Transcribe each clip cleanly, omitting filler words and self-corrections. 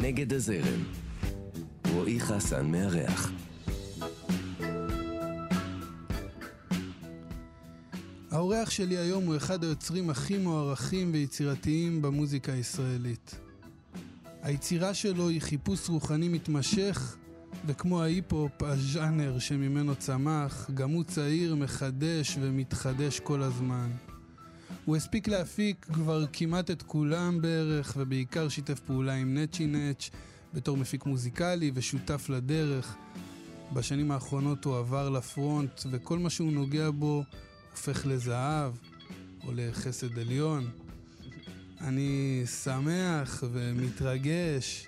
נגד הזרם. רועי חסן מארח. האורח שלי היום הוא אחד היוצרים הכי מוערכים ויצירתיים במוזיקה הישראלית. היצירה שלו היא חיפוש רוחני מתמשך, וכמו ההיפ-הופ, הז'אנר שממנו צמח, גם הוא צעיר, מחדש ומתחדש כל הזמן. הוא הספיק להפיק כבר כמעט את כולם בערך, ובעיקר שיתף פעולה עם נצ'י נץ' בתור מפיק מוזיקלי ושותף לדרך. בשנים האחרונות הוא עבר לפרונט, וכל מה שהוא נוגע בו הופך לזהב או לחסד עליון. אני שמח ומתרגש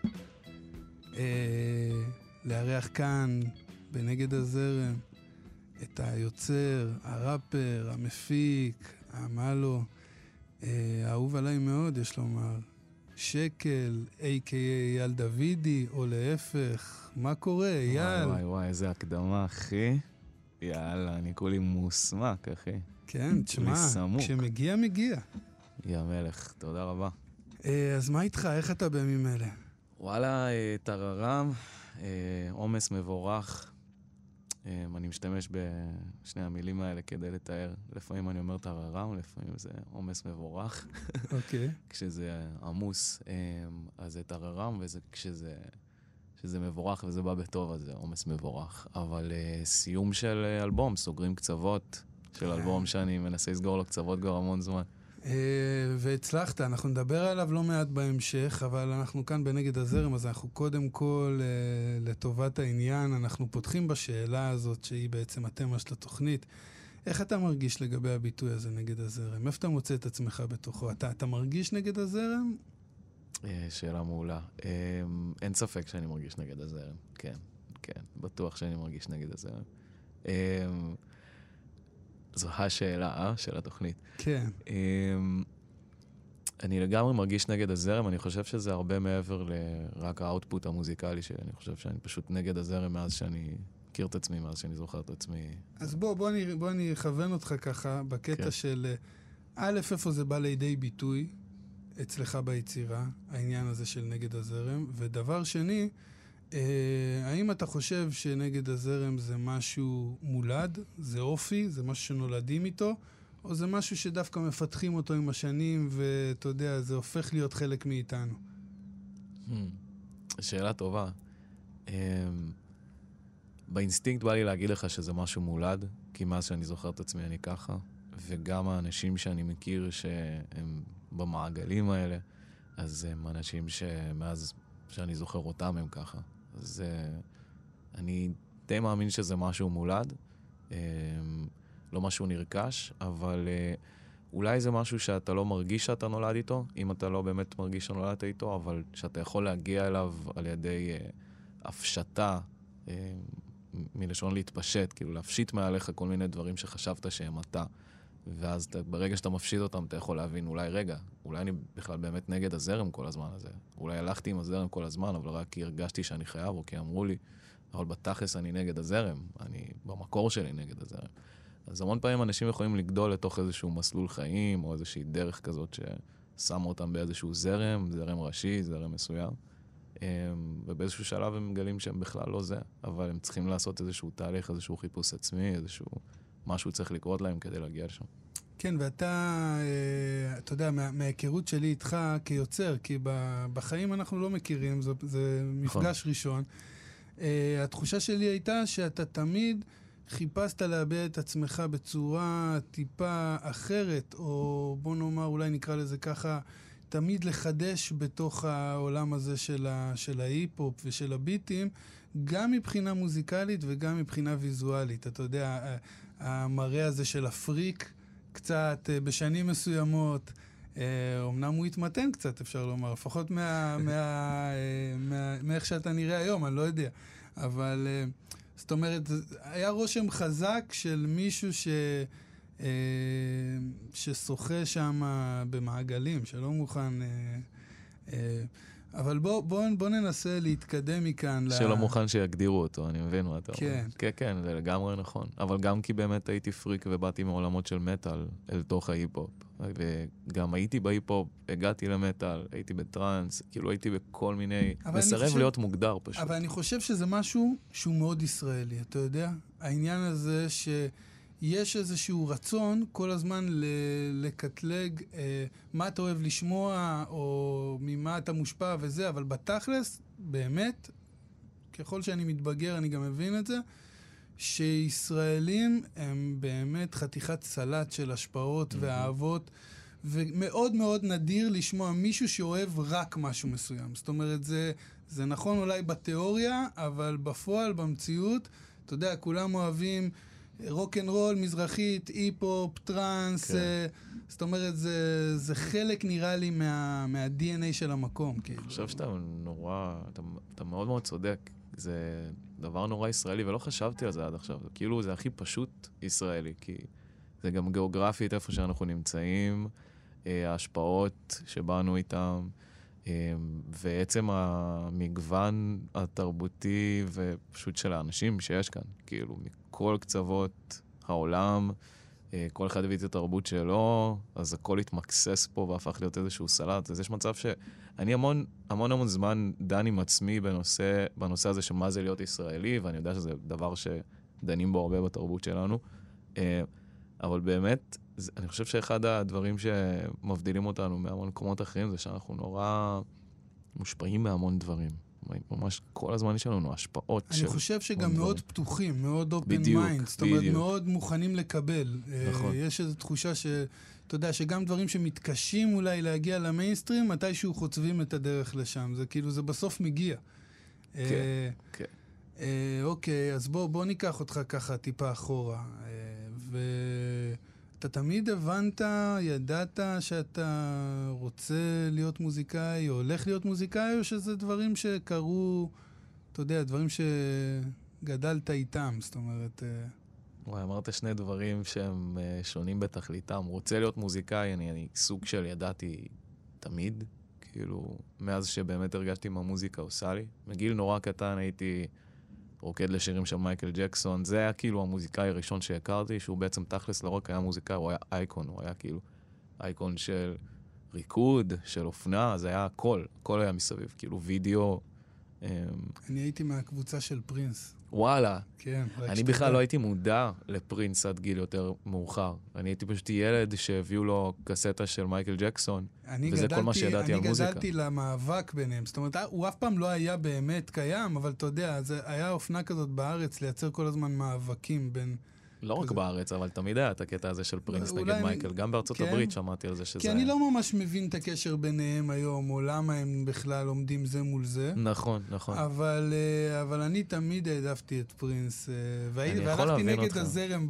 לארח כאן בנגד הזרם את היוצר, הראפר, המפיק, המלו, האהוב עליי מאוד, יש לומר, שקל, a.k.a. אייל דוידי, או להפך. מה קורה, אייל? וואי וואי, איזה הקדמה, אחי. יאללה, אני כולי מוסמק, אחי. כן, תשמע, כשמגיע, מגיע. יא מלך, תודה רבה. אז מה איתך? איך אתה בימים אלה? וואלה, טררם, עומס מבורך. אני משתמש בשני המילים האלה כדי לתאר. לפעמים אני אומר טררם, לפעמים זה עומס מבורך. אוקיי. כשזה עמוס, אז זה טררם, כשזה מבורך וזה בא בטוב, אז זה עומס מבורך. אבל סיום של אלבום, סוגרים קצוות של אלבום שאני מנסה לסגור לו קצוות כבר המון זמן. והצלחת, אנחנו נדבר עליו לא מעט בהמשך, אבל אנחנו כאן בנגד הזרם, אז אנחנו קודם כל, לטובת העניין, אנחנו פותחים בשאלה הזאת, שהיא בעצם התמה של התוכנית. איך אתה מרגיש לגבי הביטוי הזה נגד הזרם? איפה אתה מוצא את עצמך בתוכו? אתה מרגיש נגד הזרם? שאלה מעולה. אין ספק שאני מרגיש נגד הזרם. כן, כן, בטוח שאני מרגיש נגד הזרם. זו השאלה של התוכנית. כן. אני לגמרי מרגיש נגד הזרם, אני חושב שזה הרבה מעבר לרק האוטפוט המוזיקלי שלי, אני חושב שאני פשוט נגד הזרם מאז שאני מכיר את עצמי, מאז שאני זוכר את עצמי. אז בוא אני אכוון אותך ככה, בקטע כן. של א', איפה זה בא לידי ביטוי אצלך ביצירה, העניין הזה של נגד הזרם, ודבר שני, האם אתה חושב שנגד הזרם זה משהו מולד, זה אופי, זה משהו שנולדים איתו, או זה משהו שדווקא מפתחים אותו עם השנים, ואתה יודע, זה הופך להיות חלק מאיתנו? שאלה טובה. באינסטינקט בא לי להגיד לך שזה משהו מולד, כי מאז שאני זוכר את עצמי אני ככה, וגם האנשים שאני מכיר שהם במעגלים האלה, אז הם אנשים שמאז שאני זוכר אותם הם ככה. אז אני די מאמין שזה משהו מולד, לא משהו נרכש, אבל אולי זה משהו שאתה לא מרגיש שאתה נולד איתו, אם אתה לא באמת מרגיש שנולדת איתו, אבל שאתה יכול להגיע אליו על ידי הפשטה, מלשון להתפשט, כאילו להפשיט מעליך כל מיני דברים שחשבת שהם אתה, ואז ברגע שאתה מפשיט אותם, אתה יכול להבין, אולי אני בכלל באמת נגד הזרם כל הזמן הזה. אולי הלכתי עם הזרם כל הזמן, אבל רק כי הרגשתי שאני חייב, או כי אמרו לי, אבל בתכלס אני נגד הזרם, אני במקור שלי נגד הזרם. אז המון פעמים אנשים יכולים לגדול לתוך איזשהו מסלול חיים, או איזושהי דרך כזאת ששמו אותם באיזשהו זרם ראשי, זרם מסוים, ובאיזשהו שלב הם מגלים שהם בכלל לא זה, אבל הם צריכים לעשות איזשהו תהליך, איזשהו חיפוש עצמי, איזשהו משהו צריך לקרות להם כדי להגיע לשם. כן, ואתה, אתה יודע, מההיכרות שלי איתך כיוצר, כי בחיים אנחנו לא מכירים, זה מפגש ראשון. התחושה שלי הייתה שאתה תמיד חיפשת להביע את עצמך בצורה טיפה אחרת, או בוא נאמר, אולי נקרא לזה ככה, תמיד לחדש בתוך העולם הזה של ההיפ-הופ ושל הביטים, גם מבחינה מוזיקלית וגם מבחינה ויזואלית. אתה יודע, המראה הזה של הפריק, קצת בשנים מסוימות, אמנם הוא התמתן קצת, אפשר לומר, לפחות מאיך שאתה נראה היום, אני לא יודע. אבל, זאת אומרת, היה רושם חזק של מישהו ששוחה שם במעגלים, שלא מוכן... אבל בוא ננסה להתקדם מכאן. שלא מוכן שיגדירו אותו, אני מבין מה אתה אומר. כן. כן, כן, זה לגמרי נכון. אבל גם כי באמת הייתי פריק ובאתי מעולמות של מטל אל תוך ההיפ-הופ. וגם הייתי בהיפ-הופ, הגעתי למטל, הייתי בטרנס, כאילו הייתי בכל מיני... מסרב להיות מוגדר פשוט. אבל אני חושב שזה משהו שהוא מאוד ישראלי, אתה יודע? העניין הזה שיש איזשהו רצון כל הזמן לקטלג מה אתה אוהב לשמוע, או ממה אתה מושפע וזה, אבל בתכלס, באמת, ככל שאני מתבגר, אני גם מבין את זה, שישראלים הם באמת חתיכת סלט של השפעות ואהבות, ומאוד מאוד נדיר לשמוע מישהו שאוהב רק משהו מסוים. זאת אומרת, זה נכון אולי בתיאוריה, אבל בפועל, במציאות, אתה יודע, כולם אוהבים רוק אנד רול, מזרחית, היפ-הופ, טרנס, זאת אומרת, זה חלק נראה לי מה-DNA של המקום. אני חושב שאתה נורא, אתה מאוד מאוד צודק. זה דבר נורא ישראלי, ולא חשבתי על זה עד עכשיו. כאילו זה הכי פשוט ישראלי, כי זה גם גיאוגרפית איפה שאנחנו נמצאים, ההשפעות שבאנו איתם, ועצם המגוון התרבותי ופשוט של האנשים שיש כאן, כאילו מכל קצוות העולם, כל אחד הביא את התרבות שלו, אז הכל התמקסס פה והפך להיות איזשהו סלט. אז יש מצב שאני המון זמן דן עם עצמי בנושא הזה של מה זה להיות ישראלי, ואני יודע שזה דבר שדנים בו הרבה בתרבות שלנו. אבל באמת, אני חושב שאחד הדברים שמבדילים אותנו מהמון מקומות אחרים, זה שאנחנו נורא מושפעים מהמון דברים. ממש כל הזמן יש לנו השפעות. אני חושב שגם מאוד פתוחים, מאוד open mind, זאת אומרת, מאוד מוכנים לקבל. נכון. יש איזו תחושה אתה יודע, שגם דברים שמתקשים אולי להגיע למיינסטרים, מתישהו חוצבים את הדרך לשם. זה כאילו, זה בסוף מגיע. כן, כן. אוקיי, אז בוא ניקח אותך ככה טיפה אחורה. אתה תמיד הבנת, ידעת שאתה רוצה להיות מוזיקאי, או הולך להיות מוזיקאי, או שזה דברים שקרו, אתה יודע, דברים שגדלת איתם, זאת אומרת... וואי, אמרת שני דברים שהם שונים בתכליתם. רוצה להיות מוזיקאי, אני סוג של ידעתי תמיד, כאילו, מאז שבאמת הרגשתי מה מוזיקה עושה לי. מגיל נורא קטן הייתי רוקד לשירים של מייקל ג'קסון. זה היה כאילו המוזיקאי הראשון שהכרתי, שהוא בעצם תכלס לא רק היה מוזיקאי, הוא היה אייקון, הוא היה כאילו אייקון של ריקוד, של אופנה, זה היה הכל היה מסביב, כאילו וידאו. אני הייתי מהקבוצה של פרינס. וואלה. כן. אני בכלל לא הייתי מודע לפרינס עד גיל יותר מאוחר. אני הייתי פשוט ילד שהביאו לו קסטה של מייקל ג'קסון, וזה כל מה שידעתי על מוזיקה. אני גדלתי למאבק ביניהם. זאת אומרת, הוא אף פעם לא היה באמת קיים, אבל אתה יודע, זה היה אופנה כזאת בארץ לייצר כל הזמן מאבקים בין... לא רק בארץ, אבל תמיד היה את הקטע הזה של פרינס נגד מייקל. גם בארצות הברית שמעתי על זה שזה... כי אני לא ממש מבין את הקשר ביניהם היום, או למה הם בכלל עומדים זה מול זה. נכון, נכון. אבל אני תמיד העדפתי את פרינס, והלכתי נגד הזרם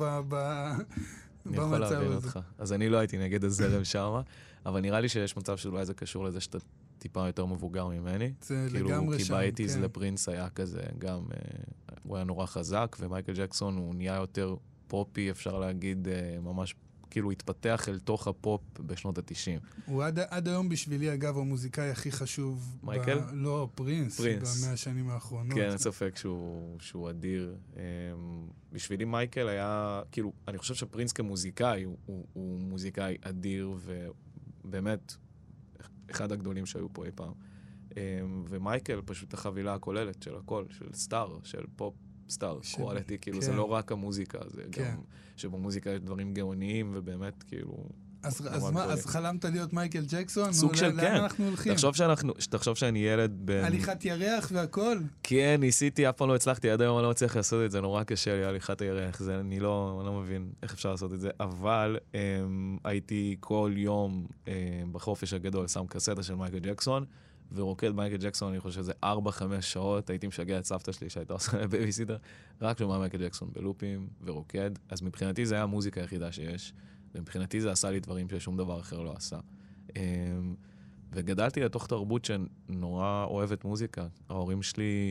אני יכול להבין אותך. אז אני לא הייתי נגד הזרם שם, אבל נראה לי שיש מצב שאולי זה קשור לזה שאתה טיפה יותר מבוגר ממני. זה לגמרי שם, כי באייטיז לפרינס היה כזה, גם הוא היה נורא חזק, ומייקל ג'קסון הוא נהיה יותר פופי, אפשר להגיד, ממש כאילו התפתח אל תוך הפופ בשנות ה-90. הוא עד היום בשבילי, אגב, המוזיקאי הכי חשוב. מייקל? לא, פרינס. ב100 השנים האחרונות. כן, אין ספק שהוא אדיר. בשבילי מייקל היה, כאילו, אני חושב שפרינס כמוזיקאי, הוא מוזיקאי אדיר, ובאמת, אחד הגדולים שהיו פה אי פעם. ומייקל פשוט החבילה הכוללת של הכל, של סטאר, של פופ. סטאר, קואליטי, כאילו זה לא רק המוזיקה, זה גם שבמוזיקה יש דברים גאוניים ובאמת כאילו... אז חלמת להיות מייקל ג'קסון? סוג של כן. לאן אנחנו הולכים? תחשוב שאני ילד הליכת ירח והכל? כן, ניסיתי, אף פעם לא הצלחתי, עד היום אני לא מצליח לעשות את זה, נורא קשה לי, הליכת הירח, אני לא מבין איך אפשר לעשות את זה, אבל הייתי כל יום בחופש הגדול, שם קסטה של מייקל ג'קסון, ורוקד מייקל ג'קסון, אני חושב שזה 4-5 שעות, הייתי משגע את סבתא שלי שהייתה עושה בייביסיטר, רק שומע מייקל ג'קסון בלופים ורוקד, אז מבחינתי זה היה המוזיקה היחידה שיש, ומבחינתי זה עשה לי דברים ששום דבר אחר לא עשה. וגדלתי לתוך תרבות שנורא אוהבת מוזיקה. ההורים שלי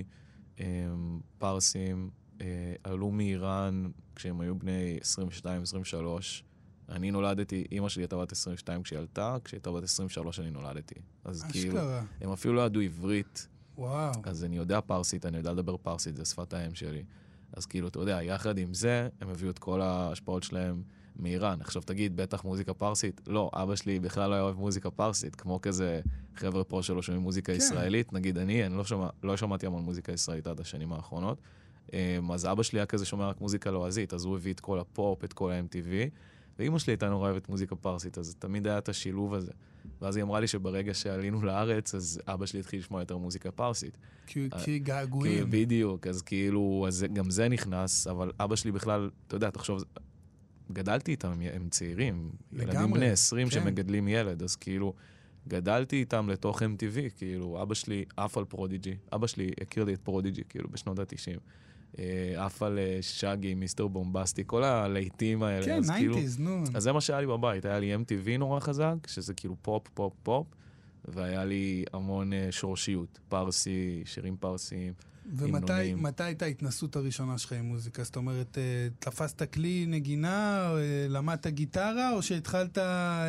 פרסים, עלו מאיראן כשהם היו בני 22-23, אני נולדתי, אמא שלי הייתה בת 22 כשהיא עלתה, כשהייתה בת 23 אני נולדתי. אז כאילו, הם אפילו לא ידעו עברית. וואו. אז אני יודע פרסית, אני יודע לדבר פרסית, זה שפת האם שלי. אז כאילו, אתה יודע, יחד עם זה, הם הביאו את כל ההשפעות שלהם מאיראן. עכשיו תגיד, בטח מוזיקה פרסית? לא, אבא שלי בכלל לא היה אוהב מוזיקה פרסית, כמו כזה חבר'ה פה שלא שומעים מוזיקה ישראלית. נגיד, אני לא שמעתי המון מוזיקה ישראלית עד השנים האחרונות. אז אבא שלי היה כזה שומע רק מוזיקה לועזית, אז הוא הביא את כל הפופ, את כל ה-MTV, ואמא שלי הייתה נורא אוהבת מוזיקה פרסית, אז תמיד היה את השילוב הזה. ואז היא אמרה לי שברגע שעלינו לארץ, אז אבא שלי התחיל לשמוע יותר מוזיקה פרסית. כי געגועים. בדיוק, אז כאילו, גם זה נכנס, אבל אבא שלי בכלל, אתה יודע, תחשוב, גדלתי איתם, הם צעירים, ילדים בני 20 שמגדלים ילד, אז כאילו, גדלתי איתם לתוך MTV, כאילו, אבא שלי עף על פרודיג'י, אבא שלי הכיר לי את פרודיג'י, כאילו, בשנות ה-90. עף על שגי, מיסטר בומבסטי, כל הלהיטים האלה. כן, 90s, נו. אז זה מה שהיה לי בבית, היה לי MTV נורא חזק, שזה כאילו פופ, פופ, פופ, והיה לי המון שורשיות, פרסי, שירים פרסיים. ומתי הייתה ההתנסות הראשונה שלך עם מוזיקה? זאת אומרת, תפסת כלי נגינה, למדת גיטרה, או שהתחלת...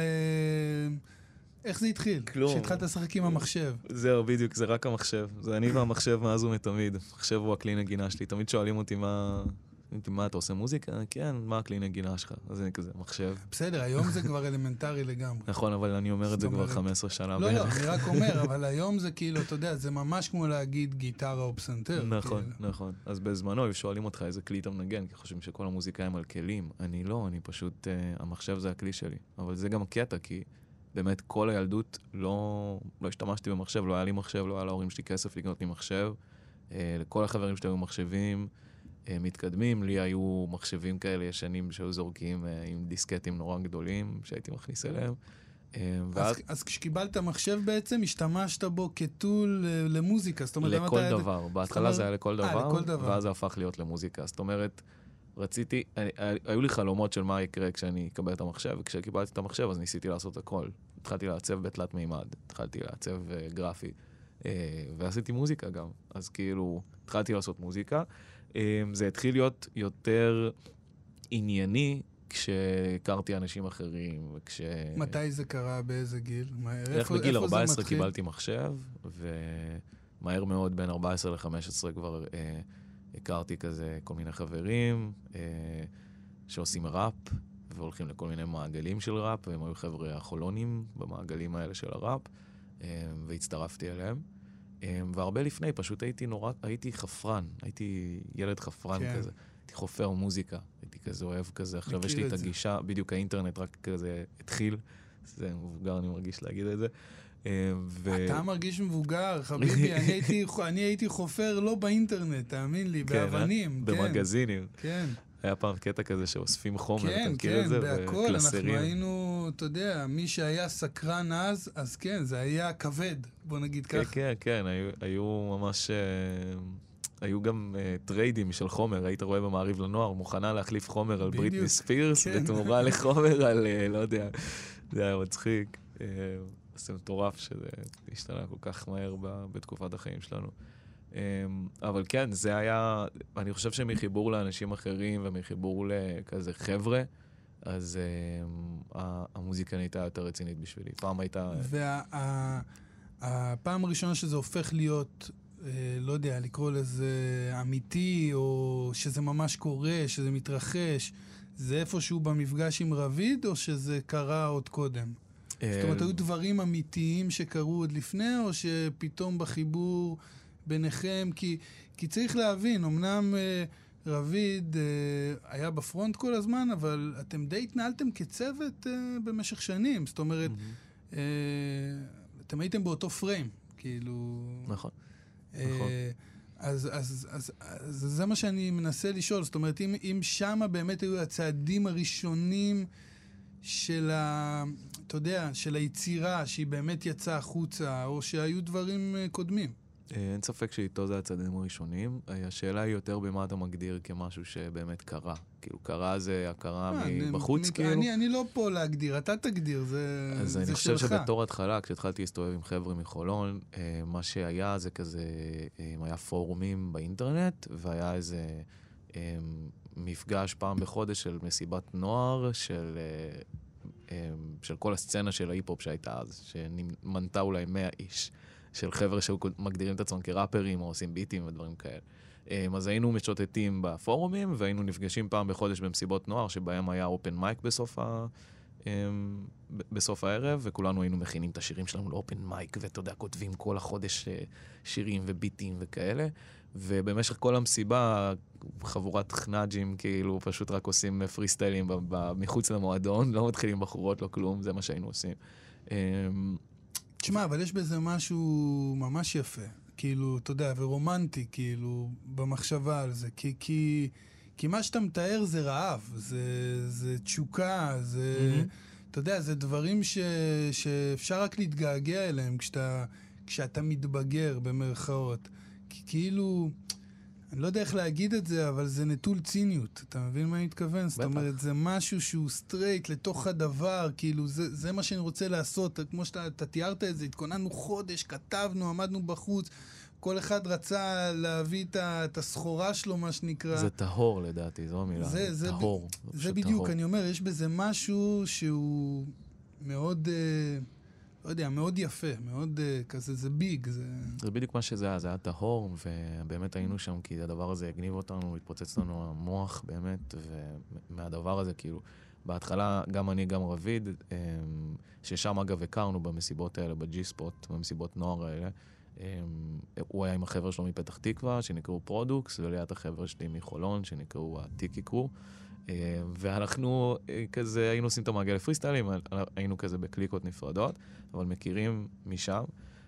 איך זה התחיל? כלום. שהתחלת לשחק עם המחשב. זהו, בדיוק, זה רק המחשב. זה אני והמחשב מאז ומתמיד. המחשב הוא הכלי נגינה שלי. תמיד שואלים אותי מה אתה עושה מוזיקה? כן, מה הכלי נגינה שלך? אז אני כזה, מחשב. בסדר, היום זה כבר אלמנטרי לגמרי. נכון, אבל אני אומר את זה כבר 15 שנה בערך. לא, אני רק אומר, אבל היום זה כאילו, אתה יודע, זה ממש כמו להגיד גיטרה או פסנתר. נכון, נכון. אז בזמנו שואלים אותך איזה כלי אתה מנגן, כי חושבים שכל המוזיקה הם על כלים. אני לא, אני פשוט, המחשב זה הכלי שלי. אבל זה גם הקטע, כי באמת כל הילדות לא השתמשתי במחשב, לא היה לי מחשב, לא היה להורים שלי כסף לקנות לי מחשב. לכל החברים שלי היו מחשבים מתקדמים, לי היו מחשבים כאלה ישנים שהיו זורקים עם דיסקטים נורא גדולים שהייתי מכניס אליהם. אז כשקיבלת מחשב בעצם, השתמשת בו כטול למוזיקה, זאת אומרת... לכל דבר, בהתחלה זה היה לכל דבר, ואז זה הפך להיות למוזיקה. זאת אומרת, רציתי, היו לי חלומות של מה יקרה כשאני אקבל את המחשב, וכשקיבלתי את המחשב אז ניסיתי לעשות הכל. התחלתי לעצב בתלת מימד, התחלתי לעצב גרפי, ועשיתי מוזיקה גם. אז כאילו, התחלתי לעשות מוזיקה. זה התחיל להיות יותר כשהכרתי אנשים אחרים, מתי זה קרה? באיזה גיל? איך בגיל 14 קיבלתי מחשב, ומהר מאוד בין 14 ל-15 כבר הכרתי כזה כל מיני חברים שעושים ראפ, והולכים לכל מיני מעגלים של ראפ, והם היו חבר'ה החולונים במעגלים האלה של הראפ, והצטרפתי אליהם. והרבה לפני, פשוט הייתי חפרן, הייתי ילד חפרן כזה. הייתי חופר מוזיקה, הייתי כזה אוהב כזה, עכשיו יש לי את הגישה, בדיוק האינטרנט רק כזה התחיל, זה מבוגר, אני מרגיש להגיד את זה. אתה מרגיש מבוגר, חביבי, אני הייתי חופר לא באינטרנט, תאמין לי, באבנים. במגזינים. כן. היה פעם קטע כזה שאוספים חומר, כן, כן, בהכל, אנחנו היינו, אתה יודע, מי שהיה סקרן אז כן, זה היה כבד, בוא נגיד ככה. כן, כן, היו ממש... היו גם טריידים של חומר, היית רואה במעריב לנוער, מוכנה להחליף חומר על בריטני ספירס, בתמורה לחומר על, לא יודע, זה היה מצחיק. זה מטורף שזה השתנה כל כך מהר בתקופת החיים שלנו. אבל כן, זה היה, אני חושב שמחיבור לאנשים אחרים ומחיבור לכזה חבר'ה, אז המוזיקה נהייתה יותר רצינית בשבילי. פעם הייתה... והפעם הראשונה שזה הופך להיות... לא יודע, לקרוא לזה אמיתי, או שזה ממש קורה, שזה מתרחש, זה איפשהו במפגש עם רביד, או שזה קרה עוד קודם? זאת אומרת, היו דברים אמיתיים שקרו עוד לפני, או שפתאום בחיבור ביניכם, כי צריך להבין, אמנם רביד היה בפרונט כל הזמן, אבל אתם די התנהלתם כצוות במשך שנים, זאת אומרת, אתם הייתם באותו פריים, כאילו... נכון. אז זה מה שאני מנסה לשאול, זאת אומרת, אם שמה באמת היו הצעדים הראשונים של אתה יודע, של היצירה, שהיא באמת יצאה החוצה, או שהיו דברים קודמים. אין ספק שאיתו זה הצעדים הראשונים. השאלה היא יותר במה אתה מגדיר כמשהו שבאמת קרה. כאילו, קרה זה הכרה מבחוץ, כאילו. אני לא פה להגדיר, אתה תגדיר, זה שלך. אז אני חושב שבתור התחלה, כשהתחלתי להסתובב עם חבר'ה מחולון, מה שהיה זה כזה, היה פורומים באינטרנט, והיה איזה מפגש פעם בחודש של מסיבת נוער, של כל הסצנה של ההיפ-הופ שהייתה אז, שמנתה אולי 100 איש, של חבר'ה שמגדירים את עצמם כראפרים, או עושים ביטים ודברים כאלה. אז היינו משוטטים בפורומים, והיינו נפגשים פעם בחודש במסיבות נוער, שבהם היה אופן מייק בסוף הערב, וכולנו היינו מכינים את השירים שלנו לאופן מייק, ואתה יודע, כותבים כל החודש שירים וביטים וכאלה, ובמשך כל המסיבה, חבורת חנאג'ים, כאילו, פשוט רק עושים פרי סטיילים מחוץ למועדון, לא מתחילים בחורות, לא כלום, זה מה שהיינו עושים. תשמע, אבל יש בזה משהו ממש יפה, כאילו, אתה יודע, ורומנטי, כאילו, במחשבה על זה, כי מה שאתה מתאר זה רעב, זה תשוקה, זה, אתה יודע, זה דברים שאפשר רק להתגעגע אליהם כשאתה מתבגר, במרכאות. כי כאילו, אני לא יודע איך להגיד את זה, אבל זה נטול ציניות. אתה מבין מה אני מתכוון? זאת אומרת, זה משהו שהוא סטרייט לתוך הדבר, כאילו, זה מה שאני רוצה לעשות. כמו שאתה תיארת את זה, התכוננו חודש, כתבנו, עמדנו בחוץ, כל אחד רצה להביא את הסחורה שלו, מה שנקרא. זה טהור לדעתי, זו המילה. זה טהור. זה בדיוק, אני אומר, יש בזה משהו שהוא מאוד, לא יודע, מאוד יפה, מאוד כזה, זה ביג. זה בדיוק מה שזה היה, זה היה טהור, ובאמת היינו שם, כי הדבר הזה הגניב אותנו, התפוצץ לנו המוח, באמת, ומהדבר הזה, כאילו, בהתחלה, גם אני, גם רביד, ששם אגב הכרנו במסיבות האלה, בג'י-ספוט, במסיבות נוער האלה, הוא היה עם החבר'ה שלו מפתח תקווה, שנקראו פרודוקס, וליד החבר'ה שלי מחולון, שנקראו הטיקי קרו, ואנחנו כזה, היינו עושים את המעגל לפריסטיילים, היינו כזה בקליקות נפרדות, אבל מכירים משם,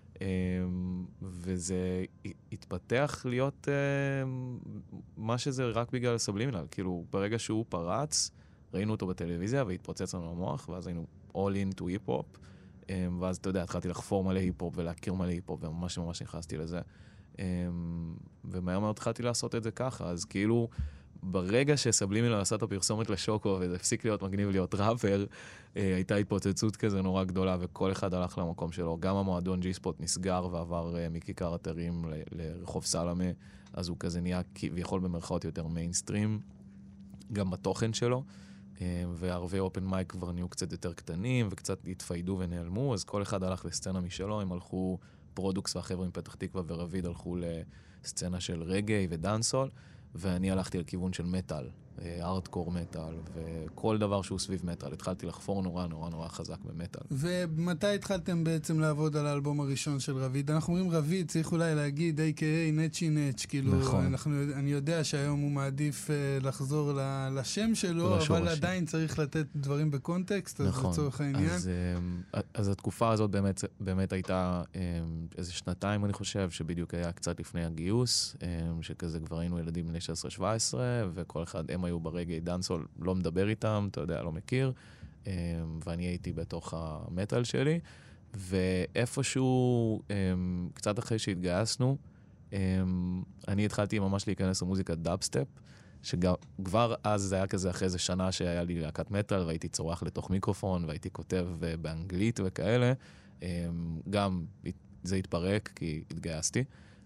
וזה התפתח להיות מה שזה רק בגלל סבלימינל, כאילו ברגע שהוא פרץ, ראינו אותו בטלוויזיה והתפוצץ לנו המוח, ואז היינו all in to hip-hop, ואז אתה יודע, התחלתי לחפור מלא היפ-הופ ולהכיר מלא היפ-הופ, וממש ממש נכנסתי לזה. ומהר מאוד התחלתי לעשות את זה ככה, אז כאילו, ברגע שסבלימינל עשה את הפרסומת לשוקו, וזה הפסיק להיות מגניב להיות ראפר, הייתה התפוצצות כזה נורא גדולה, וכל אחד הלך למקום שלו. גם המועדון ג'י-ספוט נסגר ועבר מכיכר אתרים לרחוב סלמה, אז הוא כזה נהיה כביכול במרכאות יותר מיינסטרים, גם בתוכן שלו. וערבי אופן מייק כבר נהיו קצת יותר קטנים, וקצת התפיידו ונעלמו, אז כל אחד הלך לסצנה משלו, הם הלכו, פרודוקס והחבר'ה מפתח תקווה ורביד הלכו לסצנה של רגעי ודאנסול, ואני הלכתי לכיוון של מטל, ארטקור מטל, וכל דבר שהוא סביב מטל. התחלתי לחפור נורא נורא נורא חזק במטל. ומתי התחלתם בעצם לעבוד על האלבום הראשון של רביד? אנחנו אומרים רביד, צריך אולי להגיד A.K.A. נצ'י נצ', כאילו, נכון. אני יודע שהיום הוא מעדיף לחזור לשם שלו, אבל עדיין צריך לתת דברים בקונטקסט, אז נכון. לצורך העניין. אז התקופה הזאת באמת הייתה איזה שנתיים, אני חושב, שבדיוק היה קצת לפני הגיוס, שכזה כבר היינו ילדים בני 16-17, וכל אחד, הם היו ברגעי דאנסול, לא מדבר איתם, אתה יודע, לא מכיר, ואני הייתי בתוך המטל שלי, ואיפשהו, קצת אחרי שהתגייסנו, אני התחלתי ממש להיכנס למוזיקת דאבסטפ, שכבר אז זה היה כזה אחרי איזה שנה שהיה לי להקת מטל, והייתי צורח לתוך מיקרופון, והייתי כותב באנגלית וכאלה, גם זה התפרק כי התגייסתי.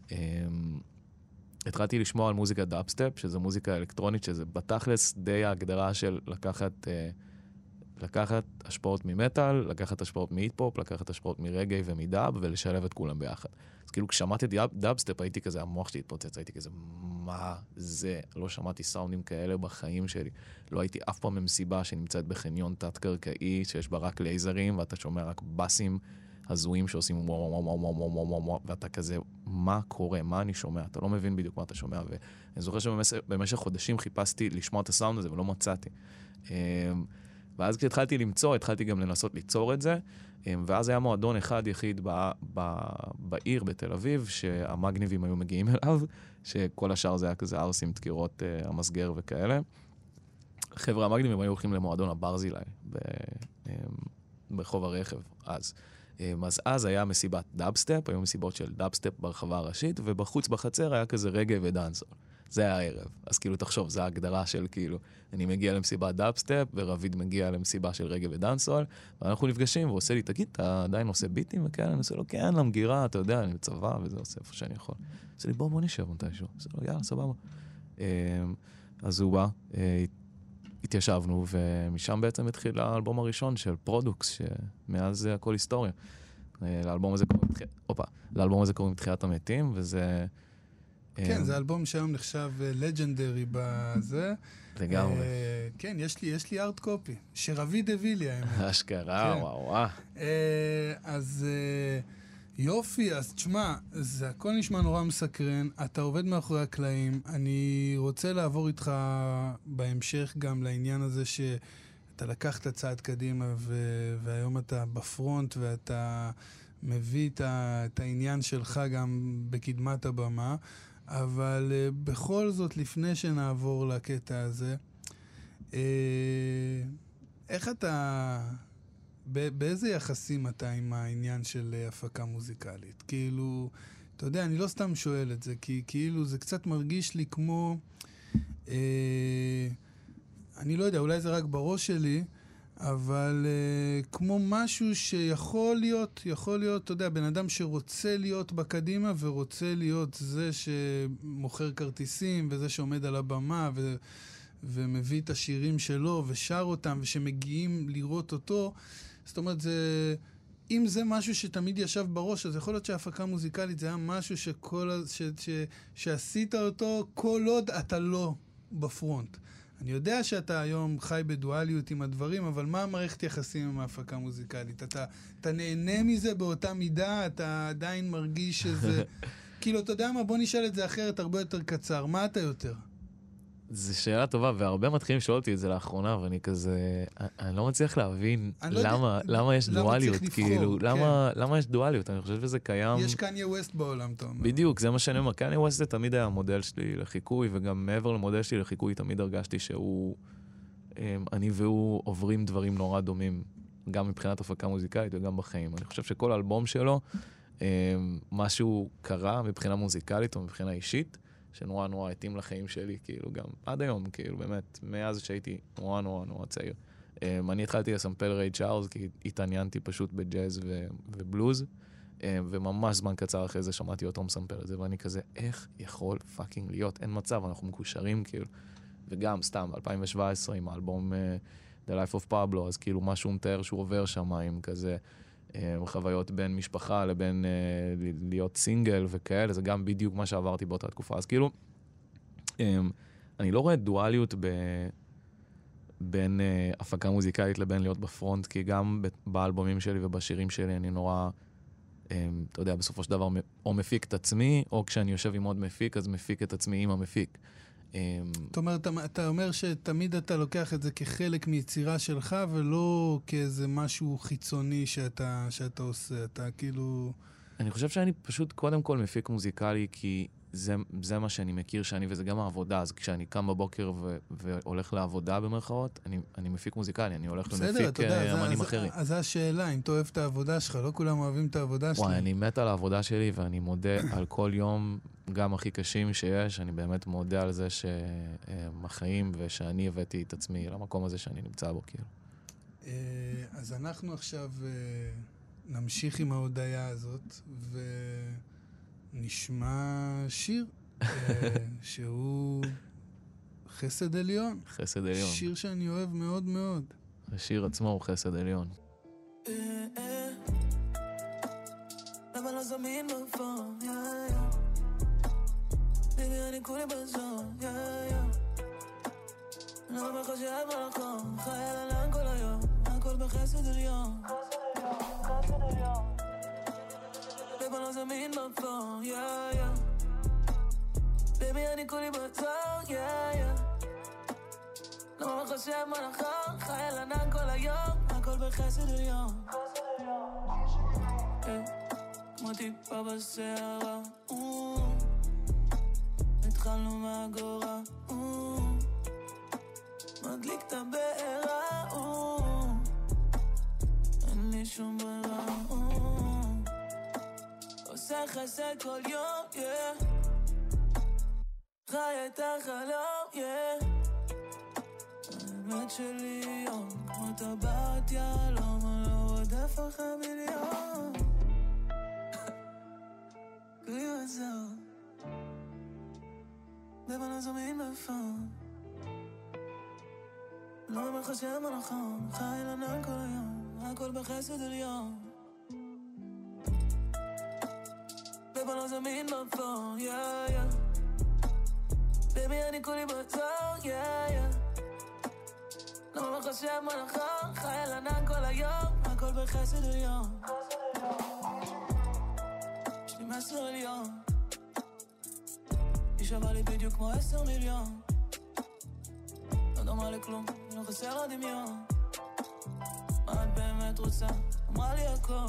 התחלתי לשמוע על מוזיקת דאבסטפ, שזו מוזיקה אלקטרונית, שזה בתכלס די ההגדרה של לקחת השפעות ממטל, לקחת השפעות מהיפ-הופ, לקחת השפעות מרגעי ומדאב, ולשלב את כולם ביחד. אז כאילו כששמעתי דאבסטפ, הייתי כזה, המוח שלי התפוצץ, הייתי כזה, מה זה? לא שמעתי סאונדים כאלה בחיים שלי. לא הייתי אף פעם במסיבה שנמצאת בחניון תת-קרקעי, שיש בה רק לייזרים, ואתה שומע רק בסים הזויים שעושים וואו וואו וואו וואו וואו וואו וואו, ואתה כזה, מה קורה? מה אני שומע? אתה לא מבין בדיוק מה אתה שומע, ואני זוכר שבמשך חודשים חיפשתי לשמוע את הסאונד הזה, ולא מצאתי. ואז כשהתחלתי למצוא, התחלתי גם לנסות ליצור את זה, ואז היה מועדון אחד יחיד בעיר בתל אביב, שהמגניבים היו מגיעים אליו, שכל השאר זה היה כזה ארסים, דקירות, המסגר וכאלה. חבר'ה המגניבים היו הולכים למועדון הברזילי, ברחוב הרכב, אז. אז היה מסיבת דאבסטפ, היו מסיבות של דאבסטפ ברחבה הראשית, ובחוץ בחצר היה כזה רגעי ודאנסול. זה היה הערב. אז כאילו תחשוב, זה ההגדרה של כאילו, אני מגיע למסיבת דאבסטפ, ורביד מגיע למסיבה של רגעי ודאנסול, ואנחנו נפגשים, והוא עושה לי, תגיד, אתה עדיין עושה ביטים וכאלה? אני עושה לו, כן, למגירה, אתה יודע, אני בצבא, וזה עושה איפה שאני יכול. עושה לי, בוא נשב מתישהו. עושה לו, יאללה, סבבה. הזובה, התיישבנו, ומשם בעצם התחיל האלבום הראשון של פרודוקס, שמאז הכל היסטוריה. לאלבום הזה קוראים תחיית המתים, וזה... כן, זה אלבום שהיום נחשב לג'נדרי בזה. לגמרי. כן, יש לי ארט קופי, שרביד הביא לי, האמת. אשכרה, וואו. אז יופי, אז תשמע, זה הכל נשמע נורא מסקרן, אתה עובד מאחורי הקלעים, אני רוצה לעבור איתך בהמשך גם לעניין הזה שאתה לקחת צעד קדימה, והיום אתה בפרונט, ואתה מביא את העניין שלך גם בקדמת הבמה, אבל בכל זאת, לפני שנעבור לקטע הזה, איך אתה... באיזה יחסים אתה עם העניין של הפקה מוזיקלית? כאילו, אתה יודע, אני לא סתם שואל את זה, כי כאילו זה קצת מרגיש לי כמו... אני לא יודע, אולי זה רק בראש שלי, אבל כמו משהו שיכול להיות, אתה יודע, בן אדם שרוצה להיות בקדימה ורוצה להיות זה שמוכר כרטיסים וזה שעומד על הבמה ומביא את השירים שלו ושר אותם ושמגיעים לראות אותו. זאת אומרת, אם זה משהו שתמיד ישב בראש, אז יכול להיות שההפקה מוזיקלית זה היה משהו שעשית אותו כל עוד אתה לא בפרונט. אני יודע שאתה היום חי בדואליות עם הדברים, אבל מה המערכת יחסים עם ההפקה מוזיקלית? אתה נהנה מזה באותה מידה? אתה עדיין מרגיש שזה... כאילו, אתה יודע מה? בוא נשאל את זה אחרת, הרבה יותר קצר. מה אתה יותר? זו שאלה טובה, והרבה מתחילים לשאול אותי את זה לאחרונה, ואני כזה... אני לא מצליח להבין למה יש דואליות, כאילו, למה יש דואליות? אני חושב שזה קיים... יש קניה ווסט בעולם, אתה אומר. בדיוק, זה מה שאני אומר. קניה ווסט זה תמיד היה המודל שלי לחיקוי, וגם מעבר למודל שלי לחיקוי, תמיד הרגשתי שהוא... אני והוא עוברים דברים נורא דומים, גם מבחינת הפקה מוזיקלית וגם בחיים. אני חושב שכל אלבום שלו, משהו קרה מבחינה מוזיקלית או מבחינה אישית, שנורא נורא התאים לחיים שלי, כאילו גם עד היום, כאילו באמת, מאז שהייתי נורא נורא נורא צעיר. אני התחלתי לסמפל ריי צ'ארלס, כי התעניינתי פשוט בג'אז ובלוז, וממש זמן קצר אחרי זה שמעתי אותו מסמפל את זה, ואני כזה, איך יכול פאקינג להיות? אין מצב, אנחנו מקושרים, כאילו. וגם, סתם, ב-2017, עם האלבום The Life of Pablo, אז כאילו משהו מתאר שהוא עובר שם עם כזה, חוויות בין משפחה לבין להיות סינגל וכאלה, זה גם בדיוק מה שעברתי באותה תקופה. אז כאילו, אני לא רואה דואליות בין הפקה מוזיקלית לבין להיות בפרונט, כי גם באלבומים שלי ובשירים שלי אני נורא, אתה יודע, בסופו של דבר או מפיק את עצמי, או כשאני יושב עם עוד מפיק, אז מפיק את עצמי עם המפיק. זאת אומרת, אתה אומר שתמיד אתה לוקח את זה כחלק מיצירה שלך, ולא כאיזה משהו חיצוני שאתה עושה, אתה כאילו... אני חושב שאני פשוט קודם כל מפיק מוזיקלי, כי זה מה שאני מכיר שאני, וזה גם העבודה, אז כשאני קם בבוקר והולך לעבודה במרכאות, אני מפיק מוזיקלי, אני הולך למפיק אמנים אחרים. אז זו השאלה, אם אתה אוהב את העבודה שלך, לא כולם אוהבים את העבודה שלי. וואי, אני מת על העבודה שלי, ואני מודה על כל יום, גם הכי קשים שיש, אני באמת מודה על זה שמחיים, ושאני הבאתי את עצמי למקום הזה שאני נמצא בו, כאילו. אז אנחנו עכשיו נמשיך עם ההודעה הזאת, ונשמע שיר שהוא חסד עליון. חסד עליון. שיר שאני אוהב מאוד מאוד. השיר עצמו הוא חסד עליון. למה לא זמין בפון, ביבי אני כולי בזון, למה מחשב על החום, חי על ענן כל היום, הכל בחסד עליון. למה לא זמין בפון, ביבי אני כולי בזון, למה מחשב על החום, חי על ענן כל היום, הכל בחסד עליון. כמו טיפה בסערה, התחלנו מהגורה, מדליק את הבעירה, אין לי שום ברירה, עושה חסד כל יום, חי את החלום, האמת שלי יום, כמו טבעת יעלום, אני לא רודף לך מיליון. כולי בזון, בבנו זמין בפון, לא מחשב מה נכון, חי לנן כל היום, הכל בחסד עליון. ובלא זמין בפון, יא יא ביבי אני כולי בצור, יא יא לא מחשב מה נכון, חי לנן כל היום, הכל בחסד עליון. יש לי מסר עליון, היא שווה לי בדיוק כמו 10 מיליון. לא דומה לכלום, לא חסר לה דמיון. מה את באמת רוצה? אמרה לי הכל.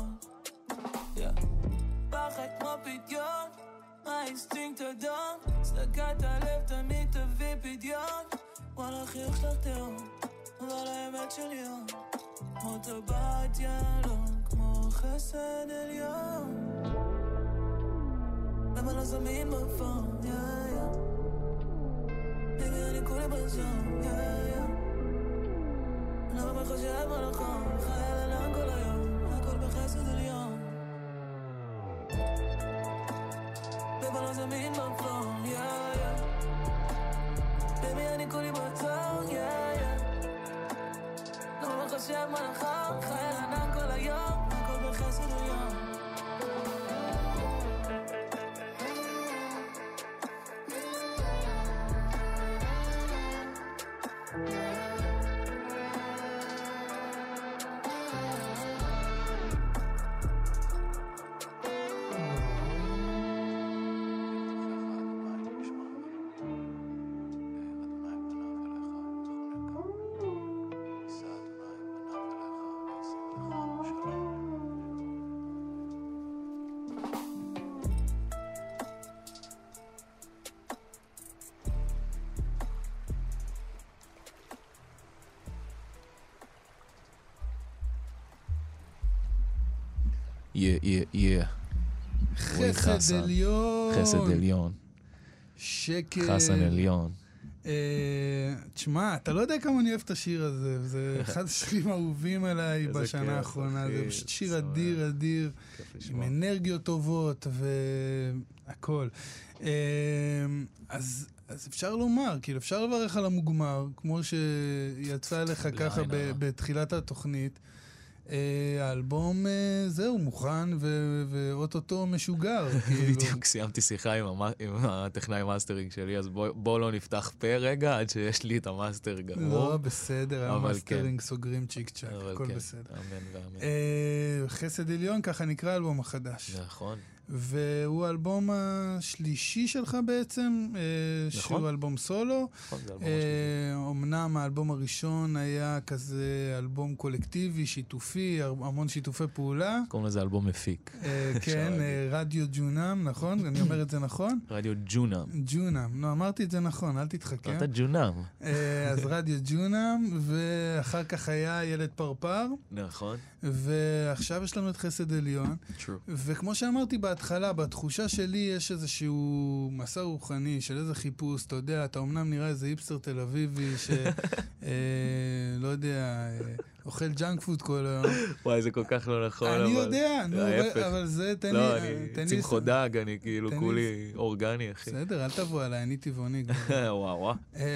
פחד כמו פדיון, האינסטינקט אדום. סדקת הלב תמיד תביא פדיון. וואלה החיוך שלך תהום, אבל האמת שלי יום כמו טבעת יעלום, כמו חסד עליון. למה לא זמין בפון, יא יא ביבי אני כולי בזום, יא יא למה מחשב מה נכון, חי לנן כל היום, הכל בחסד עליון. ביבי לא זמין בפון, יא יא ביבי אני כולי בזום, יא יא למה מחשב מה נכון, חי לנן כל היום, הכל בחסד עליון. חסד עליון. חסד עליון. שקר. חסן עליון. תשמע, אתה לא יודע כמה אני אוהב את השיר הזה, זה אחד השירים האהובים עליי בשנה האחרונה, זה פשוט שיר אדיר, אדיר, עם אנרגיות טובות והכל. אז אפשר לומר, כאילו אפשר לברך על המוגמר, כמו שיצא לך ככה בתחילת התוכנית. האלבום זהו, מוכן ואוטוטו משוגר. בדיוק סיימתי שיחה עם הטכנאי מאסטרינג שלי, אז בוא לא נפתח פה רגע עד שיש לי את המאסטר גמור. לא, בסדר, המאסטרינג סוגרים צ'יק צ'ק, הכל בסדר. אמן ואמן. חסד עליון, ככה נקרא האלבום החדש. נכון. והוא האלבום השלישי שלך בעצם, שהוא אלבום סולו. נכון, זה אלבום השלישי. אמנם האלבום הראשון היה כזה אלבום קולקטיבי, שיתופי, המון שיתופי פעולה. קוראים לזה אלבום מפיק. כן, רדיו ג'ונם, נכון? אני אומר את זה נכון? רדיו ג'ונם. ג'ונם, לא, אמרתי את זה נכון, אל תתחכם. אתה ג'ונם. אז רדיו ג'ונם, ואחר כך היה ילד פרפר. נכון. ועכשיו יש לנו את חסד עליון. True. וכמו שאמרתי בהתחלה, בתחושה שלי יש איזשהו מסע רוחני של איזה חיפוש, אתה יודע, אתה אומנם נראה איזה היפסטר תל אביבי לא יודע, אוכל ג'אנק פוד כל היום. וואי, זה כל כך לא נכון. אני יודע, אבל זה, תן לי... לא, אני צמחו דג, אני כאילו כולי אורגני, אחי. בסדר, אל תבוא עליי, אני טבעוני. וואו.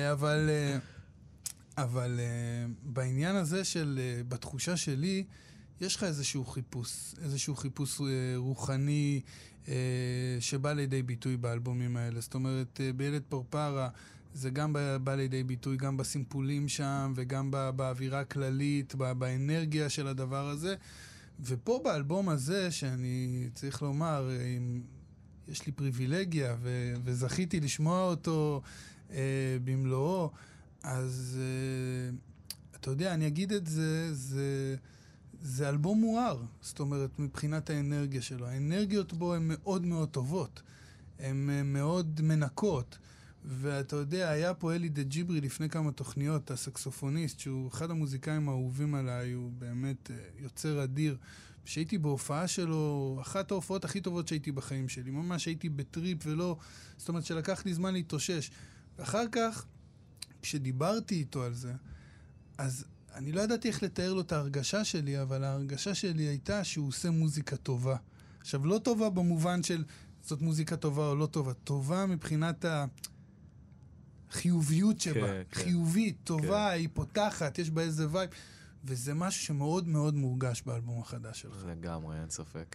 אבל בעניין הזה של, בתחושה שלי, יש לך איזשהו חיפוש רוחני שבא לידי ביטוי באלבומים האלה. זאת אומרת, בילד פרפרה זה גם בא לידי ביטוי, גם בסימפולים שם, וגם באווירה הכללית, באנרגיה של הדבר הזה. ופה באלבום הזה, שאני צריך לומר, יש לי פריבילגיה, וזכיתי לשמוע אותו במלואו, אז אתה יודע, אני אגיד את זה, זה אלבום מואר, זאת אומרת, מבחינת האנרגיה שלו. האנרגיות בו הן מאוד מאוד טובות, הן מאוד מנקות, ואתה יודע, היה פה אלי דה ג'יברי לפני כמה תוכניות, הסקסופוניסט, שהוא אחד המוזיקאים האהובים עליי, הוא באמת יוצר אדיר. שהייתי בהופעה שלו, אחת ההופעות הכי טובות שהייתי בחיים שלי, ממש הייתי בטריפ ולא, זאת אומרת שלקח לי זמן להתאושש. ואחר כך, כשדיברתי איתו על זה, אז אני לא ידעתי איך לתאר לו את ההרגשה שלי, אבל ההרגשה שלי הייתה שהוא עושה מוזיקה טובה. עכשיו, לא טובה במובן של זאת מוזיקה טובה או לא טובה, טובה מבחינת החיוביות שבה, כן, כן. חיובית, טובה, כן. היא פותחת, יש בה איזה וייב, וזה משהו שמאוד מאוד מורגש באלבום החדש שלך. לגמרי, אין ספק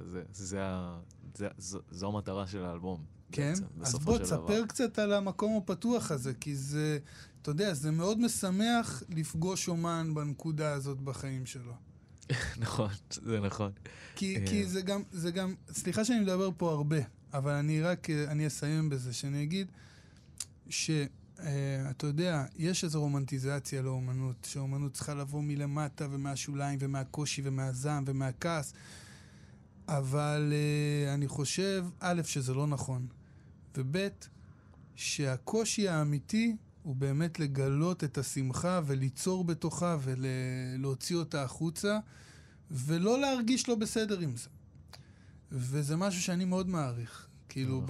זו המטרה של האלבום. כן? בעצם, אז בסופו בוא של תספר דבר. קצת על המקום הפתוח הזה, כי זה, אתה יודע, זה מאוד משמח לפגוש אומן בנקודה הזאת בחיים שלו. נכון, זה נכון. כי זה גם, סליחה שאני מדבר פה הרבה, אבל אני אסיים בזה, שאני אגיד אתה יודע, יש איזו רומנטיזציה לאומנות, שהאומנות צריכה לבוא מלמטה ומהשוליים ומהקושי ומהזעם ומהכעס, אבל אני חושב, א', שזה לא נכון, וב', שהקושי האמיתי הוא באמת לגלות את השמחה וליצור בתוכה ולהוציא אותה החוצה, ולא להרגיש לא בסדר עם זה. וזה משהו שאני מאוד מעריך. כאילו,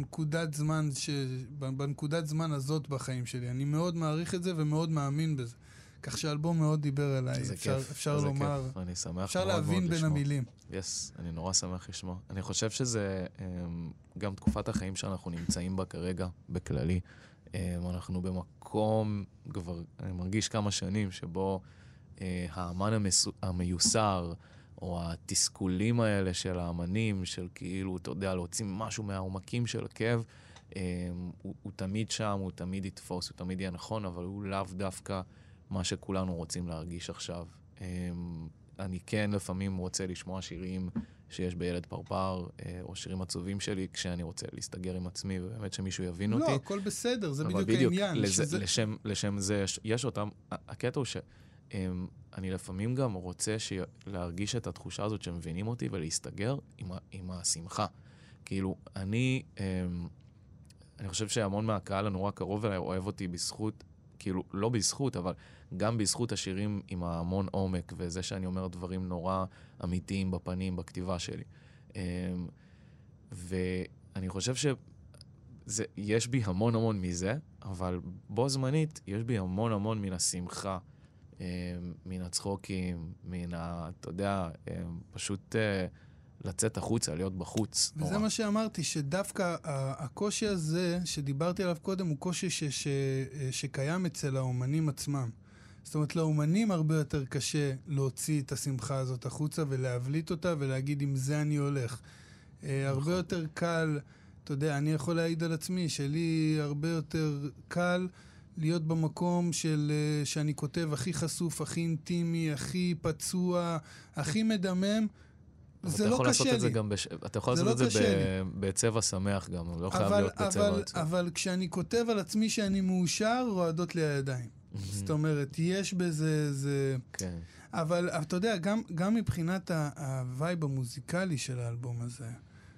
בנקודת זמן הזאת בחיים שלי. אני מאוד מעריך את זה ומאוד מאמין בזה. כך שהאלבום מאוד דיבר אליי. אפשר לומר, אני שמח אפשר מאוד להבין מאוד בין לשמוע. המילים. אני נורא שמח לשמוע. אני חושב שזה גם תקופת החיים שאנחנו נמצאים בה כרגע, בכללי. אנחנו במקום, כבר אני מרגיש כמה שנים, שבו האמן המיוסר, או התסכולים האלה של האמנים, של כאילו, אתה יודע, להוציא משהו מהעומקים של הכאב, הוא תמיד שם, הוא תמיד יתפוס, הוא תמיד יהיה נכון, אבל הוא לאו דווקא מה שכולנו רוצים להרגיש עכשיו. אני כן לפעמים רוצה לשמוע שירים שיש בילד פרפר, או שירים עצובים שלי, כשאני רוצה להסתגר עם עצמי, ובאמת שמישהו יבין אותי. לא, הכל בסדר, זה אבל בדיוק העניין. לשם זה יש אותם. הקטע הוא אני לפעמים גם רוצה להרגיש את התחושה הזאת שמבינים אותי ולהסתגר עם השמחה. כאילו, אני חושב שהמון מהקהל הנורא קרוב אליי אוהב אותי בזכות, כאילו, לא בזכות, אבל גם בזכות השירים עם המון עומק, וזה שאני אומר דברים נורא אמיתיים בפנים, בכתיבה שלי. ואני חושב יש בי המון מזה, אבל בו זמנית יש בי המון מן השמחה, מן הצחוקים, אתה יודע, פשוט לצאת החוצה, להיות בחוץ. וזה מה שאמרתי, שדווקא הקושי הזה שדיברתי עליו קודם הוא קושי שקיים אצל האומנים עצמם. זאת אומרת, לאומנים הרבה יותר קשה להוציא את השמחה הזאת החוצה ולהבליט אותה ולהגיד עם זה אני הולך. הרבה יותר קל, אתה יודע, אני יכול להעיד על עצמי, שלי הרבה יותר קל להיות במקום שאני כותב הכי חשוף, הכי אינטימי, הכי פצוע, הכי מדמם. זה לא קשה לי. אתה יכול לעשות את זה בצבע שמח גם, לא חייב להיות בצבע עצוב. אבל כשאני כותב על עצמי שאני מאושר, רועדות לי הידיים. זאת אומרת, יש בזה... כן. אבל אתה יודע, גם מבחינת הווייב המוזיקלי של האלבום הזה,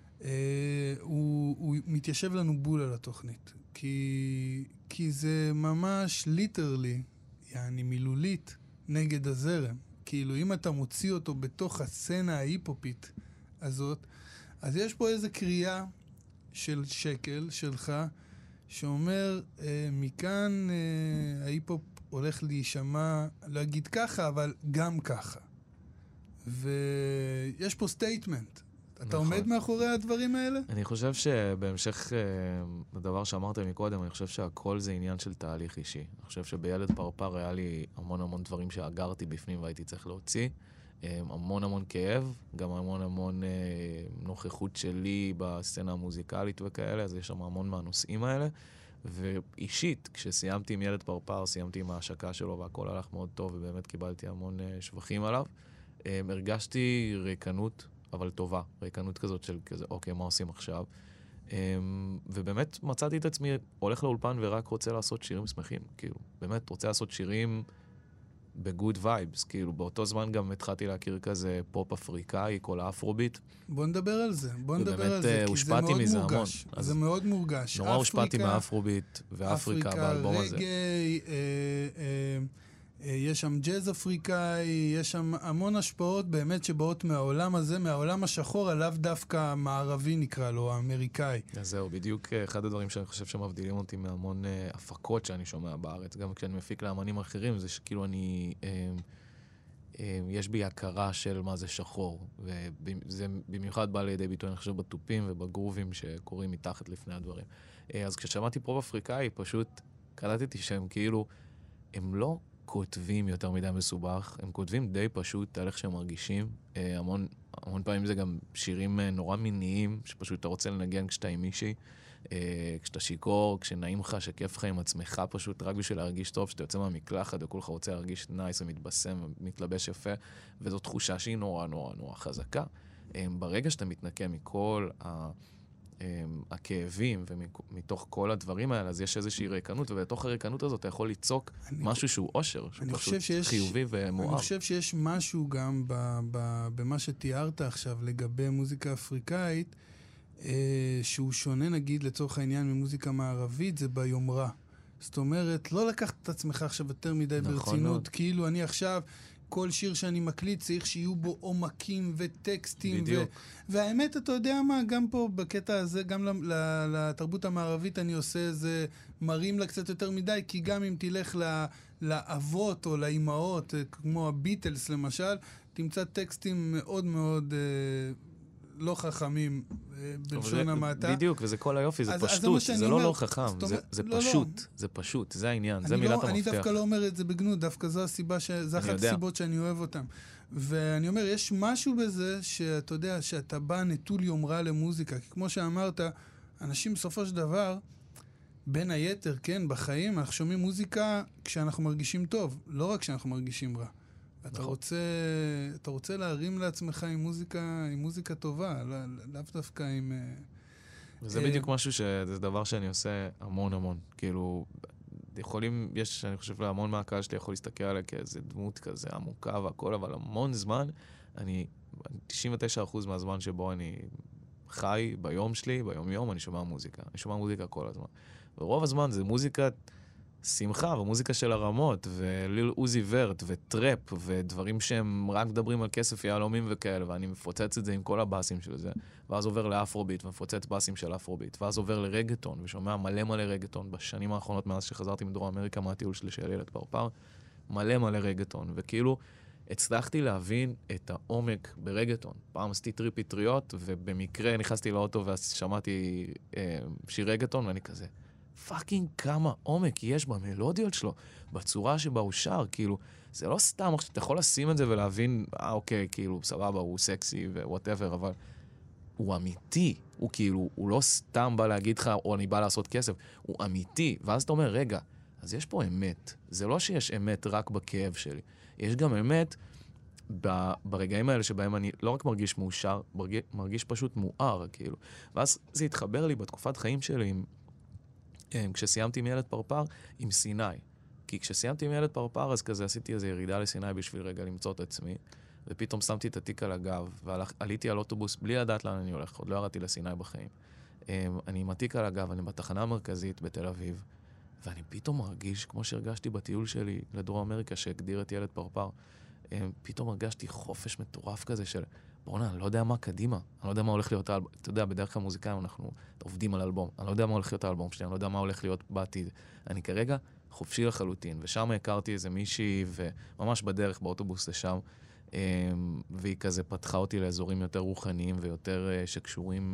הוא מתיישב לנו בול על התוכנית. כי זה ממש ליטרלי, יעני מילולית, נגד הזרם. כאילו, אם אתה מוציא אותו בתוך הסצנה ההיפופית הזאת, אז יש פה איזו קריאה של שקל שלך, שאומר, מכאן ההיפופ הולך להישמע, לא אגיד ככה, אבל גם ככה. ויש פה סטייטמנט. אתה עומד מאחורי הדברים האלה? אני חושב שבהמשך לדבר שאמרת מקודם, אני חושב שהכל זה עניין של תהליך אישי. אני חושב שבילד פרפר היה לי המון דברים שאגרתי בפנים והייתי צריך להוציא. המון כאב, גם המון נוכחות שלי בסצנה המוזיקלית וכאלה, אז יש שם המון מהנושאים האלה. ואישית, כשסיימתי עם ילד פרפר, סיימתי עם ההשקה שלו והכל הלך מאוד טוב ובאמת קיבלתי המון שבחים עליו. הרגשתי ריקנות, אבל טובה, ריקנות כזאת של כזה, אוקיי, מה עושים עכשיו? ובאמת מצאתי את עצמי, הולך לאולפן ורק רוצה לעשות שירים שמחים, כאילו, באמת רוצה לעשות שירים בגוד וייבס, כאילו, באותו זמן גם התחלתי להכיר כזה פופ אפריקאי, כל האפרוביט. בוא נדבר על זה, כי זה מאוד מורגש. זה מאוד מורגש. נורא הושפעתי מהאפרוביט ואפריקה באלבום הזה. רגעי, יש שם ג'אז אפריקאי, יש שם המון השפעות באמת שבאות מהעולם הזה, מהעולם השחור, עליו דווקא מערבי נקרא לו, האמריקאי. אז זהו, בדיוק אחד הדברים שאני חושב שמבדילים אותי מהמון הפקות שאני שומע בארץ, גם כשאני מפיק לאמנים אחרים, זה שכאילו יש בי הכרה של מה זה שחור, וזה במיוחד בא לידי ביטוי, אני חושב, בטופים ובגרובים שקורים מתחת לפני הדברים. אז כששמעתי פופ אפריקאי, פשוט קלטתי שהם כאילו, הם לא כותבים יותר מדי מסובך, הם כותבים די פשוט על איך שהם מרגישים. המון פעמים זה גם שירים נורא מיניים, שפשוט אתה רוצה לנגן כשאתה עם מישהי, כשאתה שיקור, כשנעים לך, שכיף לך עם עצמך פשוט, רק בשביל להרגיש טוב, שאתה יוצא מהמקלחת וכולך רוצה להרגיש נייס ומתבשם ומתלבש יפה, וזו תחושה שהיא נורא נורא נורא חזקה. ברגע שאתה מתנקה מכל הכאבים ומתוך כל הדברים האלה, אז יש איזושהי ריקנות, ובתוך הריקנות הזאת אתה יכול ליצוק משהו שהוא אושר, שהוא פשוט חיובי ומואר. אני חושב שיש משהו גם במה שתיארת עכשיו לגבי מוזיקה אפריקאית, שהוא שונה נגיד לצורך העניין ממוזיקה מערבית, זה ביומרה. זאת אומרת, לא לקחת את עצמך עכשיו יותר מדי ברצינות, כאילו אני עכשיו, כל שיר שאני מקליט צריך שיהיו בו עומקים וטקסטים. והאמת, אתה יודע מה, גם פה בקטע הזה, גם לתרבות המערבית אני עושה איזה מרים לה קצת יותר מדי, כי גם אם תלך לאבות או לאימהות, כמו הביטלס למשל, תמצא טקסטים מאוד מאוד לא חכמים בלשון המעטה. בדיוק, וזה כל היופי, זה פשטות, זה לא חכם, זה פשוט, זה פשוט, זה העניין, זה מילת המפתח. אני דווקא לא אומר את זה בגנות, דווקא זו הסיבה, זו אחת הסיבות שאני אוהב אותם. ואני אומר, יש משהו בזה שאתה יודע, שאתה בא נטול יומרה למוזיקה, כי כמו שאמרת, אנשים בסופו של דבר, בין היתר, כן, בחיים, אנחנו שומעים מוזיקה כשאנחנו מרגישים טוב, לא רק כשאנחנו מרגישים רע. אתה רוצה להרים לעצמך עם מוזיקה טובה, לאו דווקא עם... וזה בדיוק משהו זה דבר שאני עושה המון המון. כאילו, אני חושב להמון מהקהל שלי יכול להסתכל עליה כאיזה דמות כזה עמוקה והכל, אבל המון זמן, 99% מהזמן שבו אני חי ביום שלי, ביום-יום, אני שומע מוזיקה. אני שומע מוזיקה כל הזמן. ורוב הזמן זה מוזיקה שמחה ומוזיקה של הרמות, וליל עוזי ורט, וטראפ, ודברים שהם רק מדברים על כסף יהלומים וכאלה, ואני מפוצץ את זה עם כל הבאסים של זה, ואז עובר לאפרוביט, ומפוצץ באסים של אפרוביט, ואז עובר לרגטון, ושומע מלא רגטון, בשנים האחרונות מאז שחזרתי מדרום אמריקה, מהטיול שלי של ילד פרפר, מלא רגטון, וכאילו הצלחתי להבין את העומק ברגטון. פעם עשיתי טריפי טריות, ובמקרה נכנסתי לאוטו ושמעתי שיר רגטון, ואני כזה, פאקינג כמה עומק יש במלודיות שלו, בצורה שבה הוא שר, כאילו, זה לא סתם, אתה יכול לשים את זה ולהבין, אוקיי, כאילו, סבבה, הוא סקסי ווואטאבר, אבל הוא אמיתי, הוא כאילו, הוא לא סתם בא להגיד לך, או אני בא לעשות כסף, הוא אמיתי, ואז אתה אומר, רגע, אז יש פה אמת, זה לא שיש אמת רק בכאב שלי, יש גם אמת ברגעים האלה שבהם אני לא רק מרגיש מאושר, מרגיש פשוט מואר, כאילו, ואז זה התחבר לי בתקופת חיים שלי עם כשסיימתי עם ילד פרפר, עם סיני. כי כשסיימתי עם ילד פרפר, אז כזה עשיתי איזו ירידה לסיני בשביל רגע למצוא את עצמי, ופתאום שמתי את התיק על הגב, ועליתי על אוטובוס בלי לדעת לאן אני הולך, עוד לא ירדתי לסיני בחיים. אני עם התיק על הגב, אני בתחנה המרכזית בתל אביב, ואני פתאום מרגיש, כמו שהרגשתי בטיול שלי לדרום אמריקה, שהגדיר את ילד פרפר, פתאום הרגשתי חופש מטורף כזה של, בוא'נה, אני לא יודע מה קדימה, אני לא יודע מה הולך להיות האלבום. אתה יודע, בדרך כלל מוזיקאים אנחנו עובדים על אלבום, אני לא יודע מה הולך להיות האלבום שלי, אני לא יודע מה הולך להיות בעתיד. אני כרגע חופשי לחלוטין, ושם הכרתי איזה מישהי, וממש בדרך באוטובוס לשם, והיא כזה פתחה אותי לאזורים יותר רוחניים, ויותר שקשורים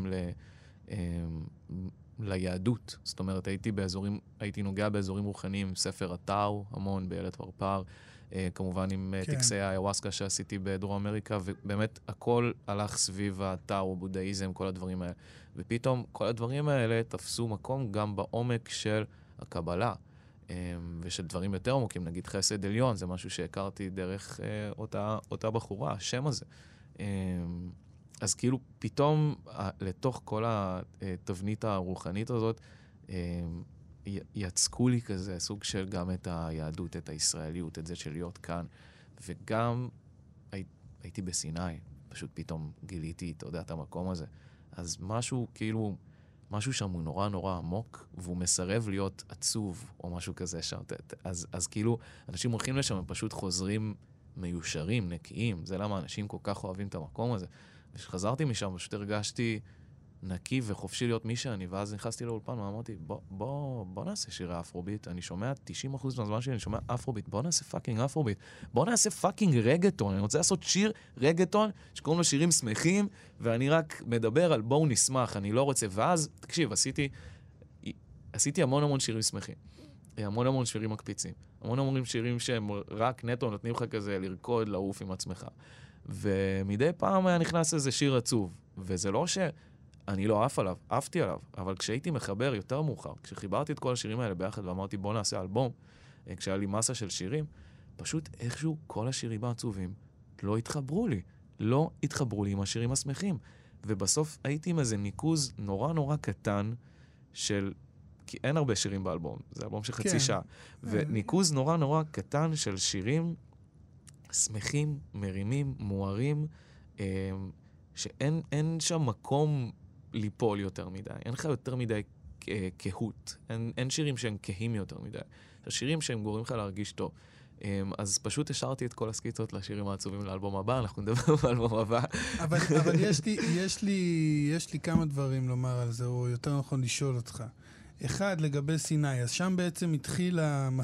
ליהדות. זאת אומרת, הייתי נוגע באזורים רוחניים, ספר הטאו, המון בילד פרפר, כמובן עם טקסי האיוואסקה שעשיתי בדרום אמריקה, ובאמת הכל הלך סביב הטאו, בודהיזם, כל הדברים האלה. ופתאום כל הדברים האלה תפסו מקום גם בעומק של הקבלה, ושל דברים יותר עמוקים, נגיד חסד עליון, זה משהו שהכרתי דרך אותה בחורה, השם הזה. אז כאילו פתאום לתוך כל התבנית הרוחנית הזאת, יצקו לי כזה סוג של גם את היהדות, את הישראליות, את זה של להיות כאן, וגם הייתי בסיני, פשוט פתאום גיליתי, אתה יודע, את המקום הזה. אז משהו כאילו, משהו שם הוא נורא נורא עמוק, והוא מסרב להיות עצוב או משהו כזה שם. אז כאילו, אנשים הולכים לשם, הם פשוט חוזרים מיושרים, נקיים. זה למה אנשים כל כך אוהבים את המקום הזה. וכשחזרתי משם, פשוט הרגשתי נקי וחופשי להיות מי שאני, ואז נכנסתי לאולפן ואמרתי, בוא נעשה שירי אפרוביט, אני שומע 90% מהזמן שלי, אני שומע אפרוביט, בוא נעשה פאקינג אפרוביט, בוא נעשה פאקינג רגטון, אני רוצה לעשות שיר רגטון, שקוראים לו שירים שמחים, ואני רק מדבר על בואו נשמח, אני לא רוצה, ואז, תקשיב, עשיתי המון שירים שמחים, המון המון שירים מקפיצים. המון המון שירים שהם רק נטו נותנים לך כזה לרקוד, לעוף עם עצמך. ומדי פעם היה נכנס איזה שיר עצוב. וזה לא שאני לא עף עליו, עפתי עליו. אבל כשהייתי מחבר יותר מאוחר, כשחיברתי את כל השירים האלה ביחד ואמרתי בוא נעשה אלבום, כשהיה לי מסה של שירים, פשוט איכשהו כל השירים העצובים לא התחברו לי. לא התחברו לי עם השירים השמחים. ובסוף הייתי עם איזה ניקוז נורא נורא קטן של... כי אין הרבה שירים באלבום, זה אלבום של חצי שעה. וניקוז נורא נורא קטן של שירים שמחים, מרימים, מוארים, שאין שם מקום ליפול יותר מדי. אין לך יותר מדי כהות. אין שירים שהם כהים יותר מדי. השירים שהם גורמים לך להרגיש טוב. אז פשוט השארתי את כל הסקיצות לשירים העצובים לאלבום הבא, אנחנו נדבר באלבום הבא. אבל יש לי כמה דברים לומר על זה, או יותר נכון לשאול אותך. אחד, לגבי סיני, אז שם בעצם התחיל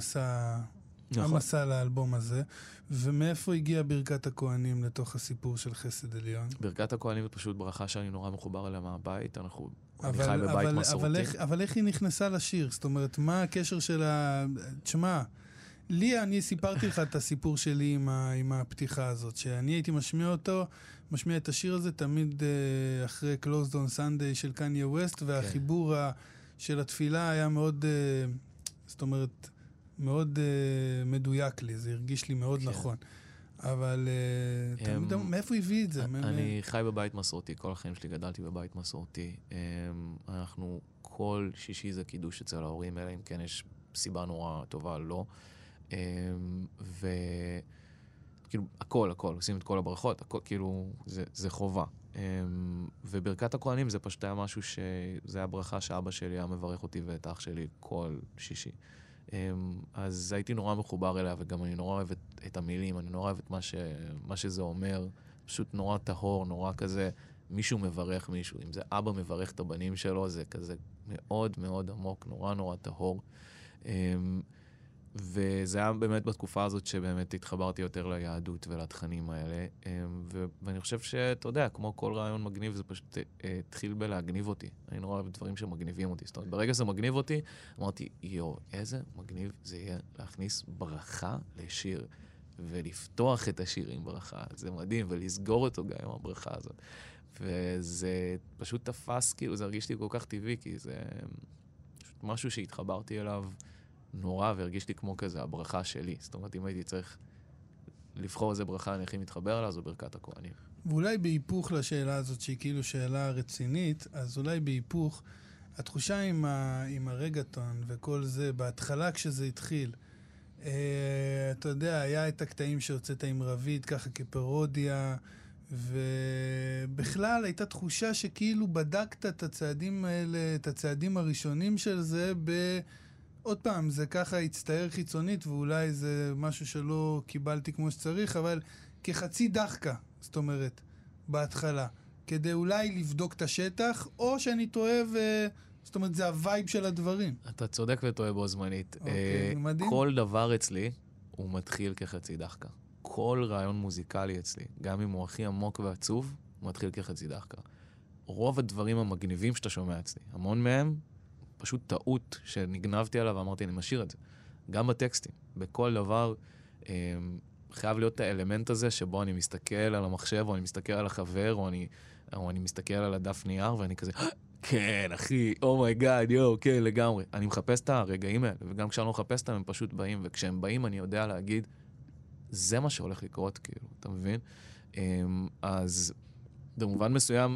המסע לאלבום הזה, ומאיפה הגיעה ברכת הכהנים לתוך הסיפור של חסד עליון? ברכת הכהנים זה פשוט ברכה שאני נורא מחובר אליה מהבית, אני חי בבית מסורתי. אבל איך היא נכנסה לשיר? זאת אומרת, מה הקשר שלה? תשמע, אני סיפרתי לך את הסיפור שלי עם הפתיחה הזאת, שאני הייתי משמיע את השיר הזה תמיד אחרי Closed on Sunday של קניה ווסט, והחיבור של התפילה היה מאוד, זאת אומרת, מאוד מדויק לי, זה הרגיש לי מאוד נכון. אבל מאיפה הביא את זה? אני חי בבית מסורתי, כל החיים שלי גדלתי בבית מסורתי. אנחנו כל שישי זה קידוש אצל ההורים, אלא אם כן יש סיבה נורא טובה, לא. וכאילו, הכל, עושים את כל הברכות, הכל, כאילו, זה חובה. וברכת הכהנים זה פשוט היה משהו שזה היה ברכה שאבא שלי היה מברך אותי ואת אח שלי כל שישי. אז הייתי נורא מחובר אליה, וגם אני נורא אוהב את המילים, אני נורא אוהב את מה שזה אומר, פשוט נורא טהור, נורא כזה, מישהו מברך מישהו. אם זה אבא מברך את הבנים שלו, זה כזה מאוד מאוד עמוק, נורא נורא טהור. וזה היה באמת בתקופה הזאת שבאמת התחברתי יותר ליהדות ולתכנים האלה. ואני חושב שאתה יודע, כמו כל רעיון מגניב, זה פשוט התחיל בלהגניב אותי. אני נורא אוהב דברים שמגניבים אותי. זאת אומרת, ברגע שזה מגניב אותי, אמרתי, איזה מגניב זה יהיה להכניס ברכה לשיר, ולפתוח את השיר עם ברכה. זה מדהים, ולסגור אותו גם עם הברכה הזאת. וזה פשוט תפס, כאילו, זה הרגיש לי כל כך טבעי, כי זה פשוט משהו שהתחברתי אליו נורא, והרגיש לי כמו כזה, הברכה שלי. זאת אומרת, אם הייתי צריך לבחור איזה ברכה אני הכי מתחבר עליה, זו ברכת הכהנים. ואולי בהיפוך לשאלה הזאת, שהיא כאילו שאלה רצינית, אז אולי בהיפוך, התחושה עם הרגטון וכל זה, בהתחלה כשזה התחיל, אתה יודע, היה את הקטעים שהוצאת עם רביד, ככה כפרודיה, ובכלל הייתה תחושה שכאילו בדקת את הצעדים האלה, את הצעדים הראשונים של זה, עוד פעם, זה ככה הצטער חיצונית, ואולי זה משהו שלא קיבלתי כמו שצריך, אבל כחצי דחקה, זאת אומרת, בהתחלה, כדי אולי לבדוק את השטח, או שאני טועה זאת אומרת, זה הווייב של הדברים. אתה צודק וטועה בו זמנית. מדהים. כל דבר אצלי הוא מתחיל כחצי דחקה. כל רעיון מוזיקלי אצלי, גם אם הוא הכי עמוק ועצוב, הוא מתחיל כחצי דחקה. רוב הדברים המגניבים שאתה שומע אצלי, המון מהם, פשוט טעות שנגנבתי עליו ואמרתי, אני משאיר את זה. גם בטקסטים, בכל דבר חייב להיות את האלמנט הזה שבו אני מסתכל על המחשב, או אני מסתכל על החבר, או אני מסתכל על הדף נייר, ואני כזה, כן, אחי, אומייגאד, יו, כן, לגמרי. אני מחפש את הרגעים האלה, וגם כשאני לא מחפש אותם, הם פשוט באים, וכשהם באים אני יודע להגיד, זה מה שהולך לקרות, כאילו, אתה מבין? אז במובן מסוים,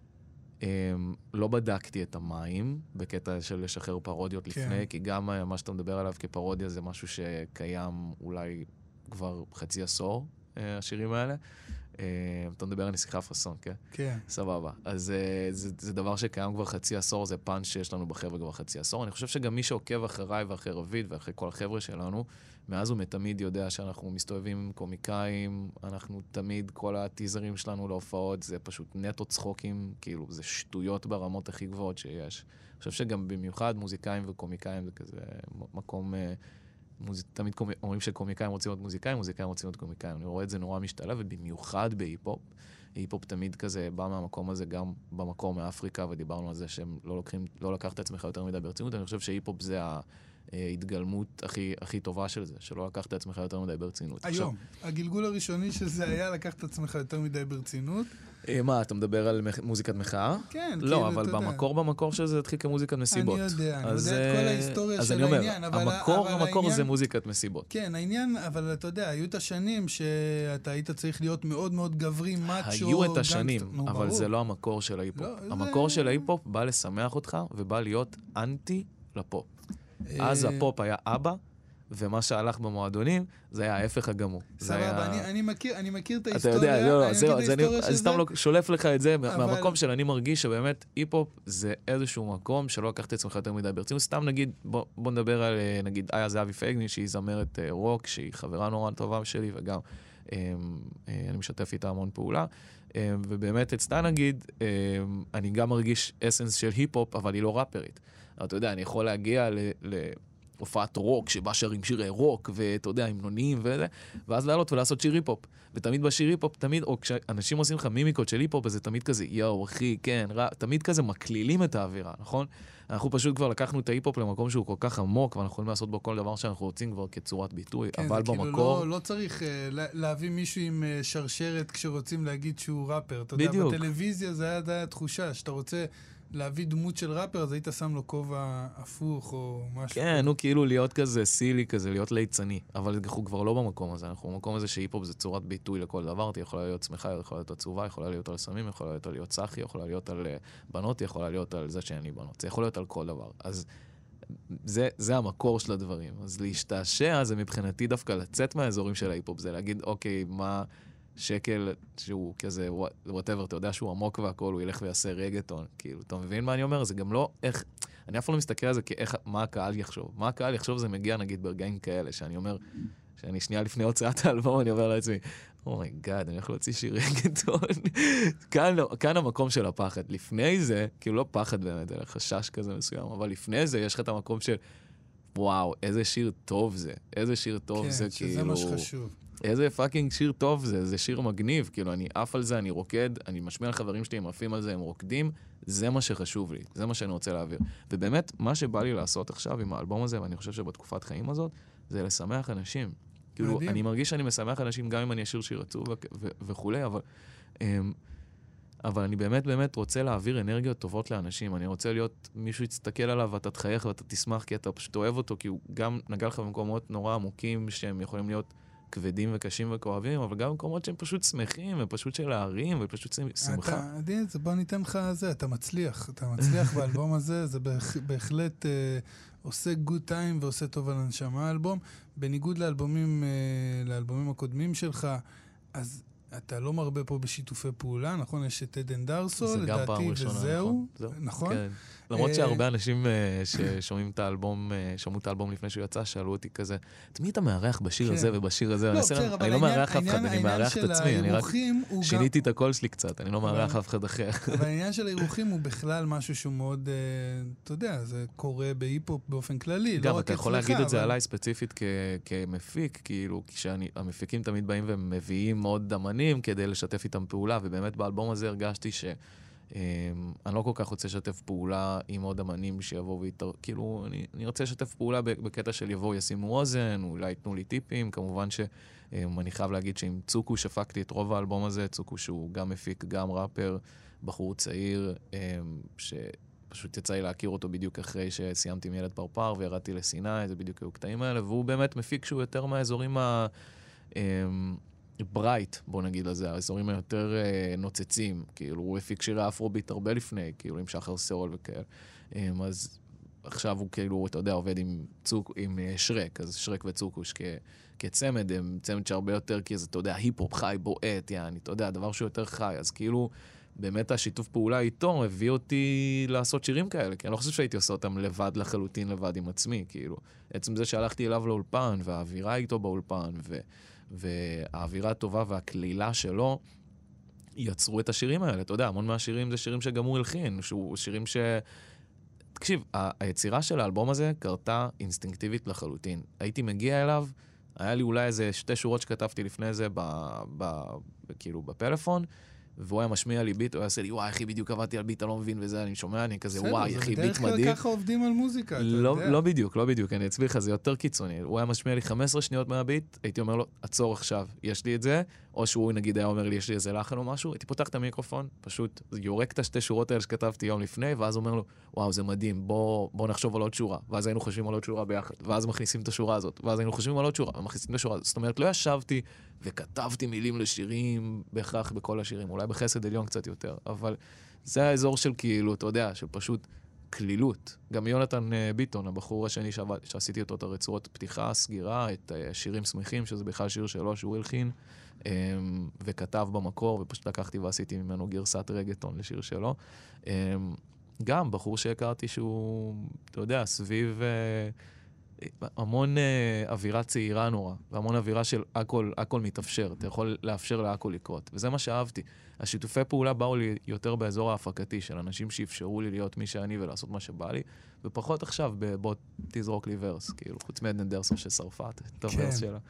לא בדקתי את המים בקטע של לשחרר פרודיות לפני, כי גם מה שאתה מדבר עליו כפרודיה זה משהו שקיים אולי כבר חצי עשור, השירים האלה. אתה מדבר על נסיכה פסון, כן? כן. סבבה. אז זה דבר שקיים כבר חצי עשור, זה פאנץ' שיש לנו בחבר'ה כבר חצי עשור. אני חושב שגם מי שעוקב אחריי ואחרי רביד ואחרי כל החבר'ה שלנו, מאז ומתמיד יודע שאנחנו מסתובבים עם קומיקאים, אנחנו תמיד, כל הטיזרים שלנו להופעות, זה פשוט נטו צחוקים, כאילו, זה שטויות ברמות הכי גבוהות שיש. אני חושב שגם במיוחד מוזיקאים וקומיקאים זה כזה מקום, תמיד אומרים שקומיקאים רוצים להיות מוזיקאים, מוזיקאים רוצים להיות קומיקאים. אני רואה את זה נורא משתלב, ובמיוחד בהיפ-הופ. היפ-הופ תמיד כזה בא מהמקום הזה, גם במקום מאפריקה, ודיברנו על זה שהם לא לקח את עצמך יותר מדי ברצינות. אני חושב שהיפ-הופ ההתגלמות הכי טובה של זה, שלא לקחת את עצמך יותר מדי ברצינות. היום, הגלגול הראשוני שזה היה לקחת את עצמך יותר מדי ברצינות. מה, אתה מדבר על מוזיקת מחאה? כן, לא, אבל במקור של זה התחיל כמוזיקת מסיבות. אני יודע את כל ההיסטוריה של העניין. אז אני אומר, המקור זה מוזיקת מסיבות. כן, העניין, אבל אתה יודע, היו את השנים שאתה היית צריך להיות מאוד מאוד גברי, מאצ'ו. היו את השנים, אבל זה לא המקור של ההיפופ. המקור של ההיפופ בא לשמח אותך, ובא להיות אנטי לפופ. אז הפופ היה אבא, ומה שהלך במועדונים, זה היה ההפך הגמור. סבבה, אני מכיר את ההיסטוריה. אתה יודע, זהו, אז סתם לא שולף לך את זה, מהמקום של אני מרגיש שבאמת היפ-הופ זה איזשהו מקום שלא לקחת את עצמך יותר מדי ברצינות. סתם נגיד, בוא נדבר על, נגיד, איה זהבי פייגני, שהיא זמרת רוק, שהיא חברה נורא טובה שלי, וגם אני משתף איתה המון פעולה. ובאמת, אצלה נגיד, אני גם מרגיש אסנס של היפ-הופ, אבל היא לא ראפרית. אתה יודע, אני יכול להגיע הופעת רוק, שבה שרים שירי רוק, ואתה יודע, המנונים וזה, ואז לעלות ולעשות שיר היפ-הופ. ותמיד בשיר היפ-הופ, תמיד, או כשאנשים עושים לך מימיקות של היפ-הופ, אז זה תמיד כזה, יאו, אחי, כן, תמיד כזה מקלילים את האווירה, נכון? אנחנו פשוט כבר לקחנו את ההיפ-הופ למקום שהוא כל כך עמוק, ואנחנו יכולים לעשות בו כל דבר שאנחנו רוצים כבר כצורת ביטוי, כן, אבל כאילו במקור... לא צריך להביא מישהו עם שרשרת כשרוצים להגיד שהוא ראפר. אתה יודע, בטלוויזיה זה היה תחושה, שאתה רוצה להביא דמות של ראפר, אז היית שם לו כובע הפוך או משהו. כן, הוא כאילו להיות כזה סילי, כזה להיות ליצני, אבל אנחנו כבר לא במקום הזה, אנחנו במקום הזה שהיפ-הופ זה צורת ביטוי לכל דבר, היא יכולה להיות שמחה, יכולה להיות עצובה, יכולה להיות על סמים, יכולה להיות על להיות סחי, יכולה להיות על בנות, יכולה להיות על זה שאין לי בנות, זה יכול להיות על כל דבר. אז זה המקור של הדברים. אז להשתעשע זה מבחינתי דווקא לצאת מהאזורים של ההיפ-הופ, זה להגיד, אוקיי, מה שקל שהוא כזה, whatever, אתה יודע שהוא עמוק והכל, הוא ילך ויעשה רגטון, כאילו, אתה מבין מה אני אומר? זה גם לא איך, אני אף לא מסתכל על זה כאיך, מה הקהל יחשוב. מה הקהל יחשוב זה מגיע, נגיד, ברגעים כאלה, שאני אומר, שאני שנייה לפני הוצאת האלבום, אני אומר לעצמי, אומייגאד, אני הולך להוציא שיר רגטון. כאן המקום של הפחד. לפני זה, כאילו לא פחד באמת, אלא חשש כזה מסוים, אבל לפני זה יש לך את המקום של, וואו, איזה שיר טוב זה, איזה שיר טוב זה, כאילו... כן, שזה מה שחשוב. איזה פאקינג שיר טוב זה, זה שיר מגניב, כאילו אני עף על זה, אני רוקד, אני משמיע לחברים שלי, הם עפים על זה, הם רוקדים, זה מה שחשוב לי, זה מה שאני רוצה להעביר. ובאמת, מה שבא לי לעשות עכשיו עם האלבום הזה, ואני חושב שבתקופת חיים הזאת, זה לשמח אנשים. כאילו, אני מרגיש שאני משמח אנשים גם אם אני אשיר שיר עצוב וכולי, אבל אני באמת באמת רוצה להעביר אנרגיות טובות לאנשים. אני רוצה להיות, מישהו יסתכל עליו ואתה תחייך ואתה תשמח כי אתה פשוט אוהב אותו, כי הוא גם נגע לך במקומות נורא עמוקים שהם יכולים להיות כבדים וקשים וכואבים, אבל גם במקומות שהם פשוט שמחים ופשוט של להרים ופשוט שמחה. בוא ניתן לך זה, אתה מצליח באלבום הזה, זה בהחלט עושה good time ועושה טוב על הנשמה האלבום, בניגוד לאלבומים הקודמים שלך, אז אתה לא מרבה פה בשיתופי פעולה, נכון? יש את עדן דרסו, לדעתי, וזהו, נכון? למרות שהרבה אנשים ששומעים את האלבום, שמעו את האלבום לפני שהוא יצא, שאלו אותי כזה, את מי אתה מארח בשיר הזה ובשיר הזה? אני לא מארח אף אחד, אני מארח את עצמי, אני רק שיניתי את הקול שלי קצת, אני לא מארח אף אחד אחר. אבל העניין של האירוחים הוא בכלל משהו שהוא מאוד, אתה יודע, זה קורה בהיפ-הופ באופן כללי. גם, אתה יכול להגיד את זה עליי ספציפית כמפיק, כאילו, כשהמפיקים תמיד באים ומביאים עוד דמנים כדי לשתף איתם פעולה, ובאמת באלבום הזה הרגשתי אני לא כל כך רוצה לשתף פעולה עם עוד אמנים שיבואו כאילו, אני רוצה לשתף פעולה בקטע של יבואו ישימו אוזן, אולי יתנו לי טיפים, כמובן שאני חייב להגיד שעם צוקו שפקתי את רוב האלבום הזה, צוקו שהוא גם מפיק, גם ראפר, בחור צעיר, שפשוט יצא לי להכיר אותו בדיוק אחרי שסיימתי מילד פרפר וירדתי לסיני, זה בדיוק היו קטעים האלה, והוא באמת מפיק שהוא יותר מהאזורים ברייט, בוא נגיד לזה, האזורים היותר נוצצים, כאילו הוא הפיק שירי אפרוביט הרבה לפני, כאילו עם שחר סרול וכאלה. אז עכשיו הוא כאילו, אתה יודע, עובד עם שרק, אז שרק וצוקוש כצמד, הם צמד שהרבה יותר, כי זה, אתה יודע, היפ-הופ חי, בועט, יעני, אתה יודע, דבר שהוא יותר חי, אז כאילו, באמת השיתוף פעולה איתו הביא אותי לעשות שירים כאלה, כי אני לא חושב שהייתי עושה אותם לבד לחלוטין, לבד עם עצמי, כאילו. עצם זה שהלכתי אליו לאולפן, והאווירה איתו באולפן, והאווירה הטובה והכלילה שלו יצרו את השירים האלה. אתה יודע, המון מהשירים זה שירים שגם הוא הלחין, שירים תקשיב, היצירה של האלבום הזה קרתה אינסטינקטיבית לחלוטין. הייתי מגיע אליו, היה לי אולי איזה 2 שורות שכתבתי לפני זה כאילו בפלאפון, והוא היה משמיע לי ביט, הוא היה עושה לי, וואי, אחי, בדיוק עבדתי על ביט, אני לא מבין וזה, אני שומע, אני כזה, וואי, אחי, ביט מדהים. בסדר, זה בדרך כלל ככה עובדים על מוזיקה, אתה יודע. לא בדיוק, אני אצביע לך, זה יותר קיצוני. הוא היה משמיע לי 15 שניות מהביט, הייתי אומר לו, עצור עכשיו, יש לי את זה, או שהוא נגיד היה אומר לי, יש לי איזה לחן או משהו, הייתי פותח את המיקרופון, פשוט יורק את השתי שורות האלה שכתבתי יום לפני, ואז אומר לו, וואו, זה מדהים, בוא נחשוב על עוד שורה, ואז היינו חושבים על עוד שורה ביחד, ואז מכניסים את השורה הזאת, ואז היינו חושבים על עוד שורה, ומכניסים את השורה הזאת. זאת אומרת, לא ישבתי וכתבתי מילים לשירים בהכרח בכל השירים, אולי בחסד עליון קצת יותר, אבל זה האזור של כאילו, אתה יודע, של פשוט כלילות. גם יונתן ביטון, הבחור השני שעשיתי אותו את הרצועות פתיחה, סגירה, את שירים שמחים, שזה בכלל שיר שלו שהוא הלחין, וכתב במקור, ופשוט לקחתי ועשיתי ממנו גרסת רגטון לשיר שלו. גם בחור שהכרתי שהוא, אתה יודע, סביב המון אווירה צעירה נורא, והמון אווירה של הכל מתאפשר, אתה יכול לאפשר להכל לקרות, וזה מה שאהבתי. השיתופי פעולה באו לי יותר באזור ההפקתי, של אנשים שאפשרו לי להיות מי שאני ולעשות מה שבא לי, ופחות עכשיו בוא תזרוק לי ורס, כאילו, חוץ מעדן דרסון ששרפה את הוורס שלה.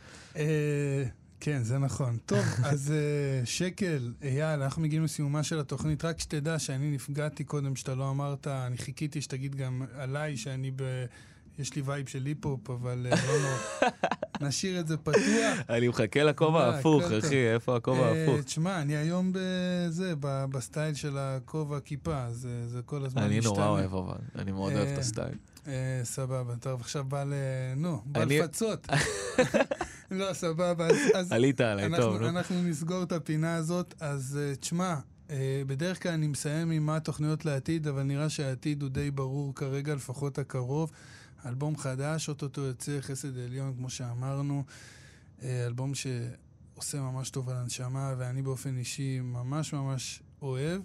כן, זה נכון. טוב, אז שקל, אייל, אנחנו מגיעים לסיומה של התוכנית, רק שתדע שאני נפגעתי קודם שאתה לא אמרת, אני חיכיתי שתגיד גם עליי שאני יש לי וייב של היפ-הופ, אבל לא, נשאיר את זה פתוח. אני מחכה לכובע ההפוך, אחי, איפה הכובע ההפוך? תשמע, אני היום בסטייל של הכובע כיפה, זה כל הזמן אני נורא אוהב, אבל אני מאוד אוהב את הסטייל. סבבה, טוב, עכשיו בא לפצות. לא, סבבה, אז עלית עליי, טוב. אנחנו נסגור את הפינה הזאת, אז תשמע, בדרך כלל אני מסיים עם מה התוכניות לעתיד, אבל נראה שהעתיד הוא די ברור כרגע, לפחות הקרוב. אלבום חדש, אוטוטו יוצא, חסד עליון, כמו שאמרנו. אלבום שעושה ממש טוב על הנשמה, ואני באופן אישי ממש ממש אוהב.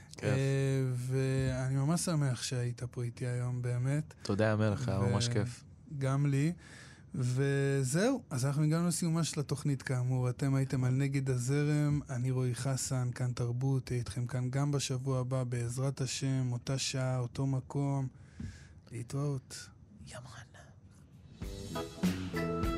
ואני ממש שמח שהיית פה איתי היום, באמת. תודה, המלך, היה ממש כיף. גם לי. וזהו, אז אנחנו הגענו לסיומה של התוכנית כאמור. אתם הייתם על נגד הזרם, אני רועי חסן, כאן תרבות, איתכם כאן גם בשבוע הבא, בעזרת השם, אותה שעה, אותו מקום. להתראות. ימרן.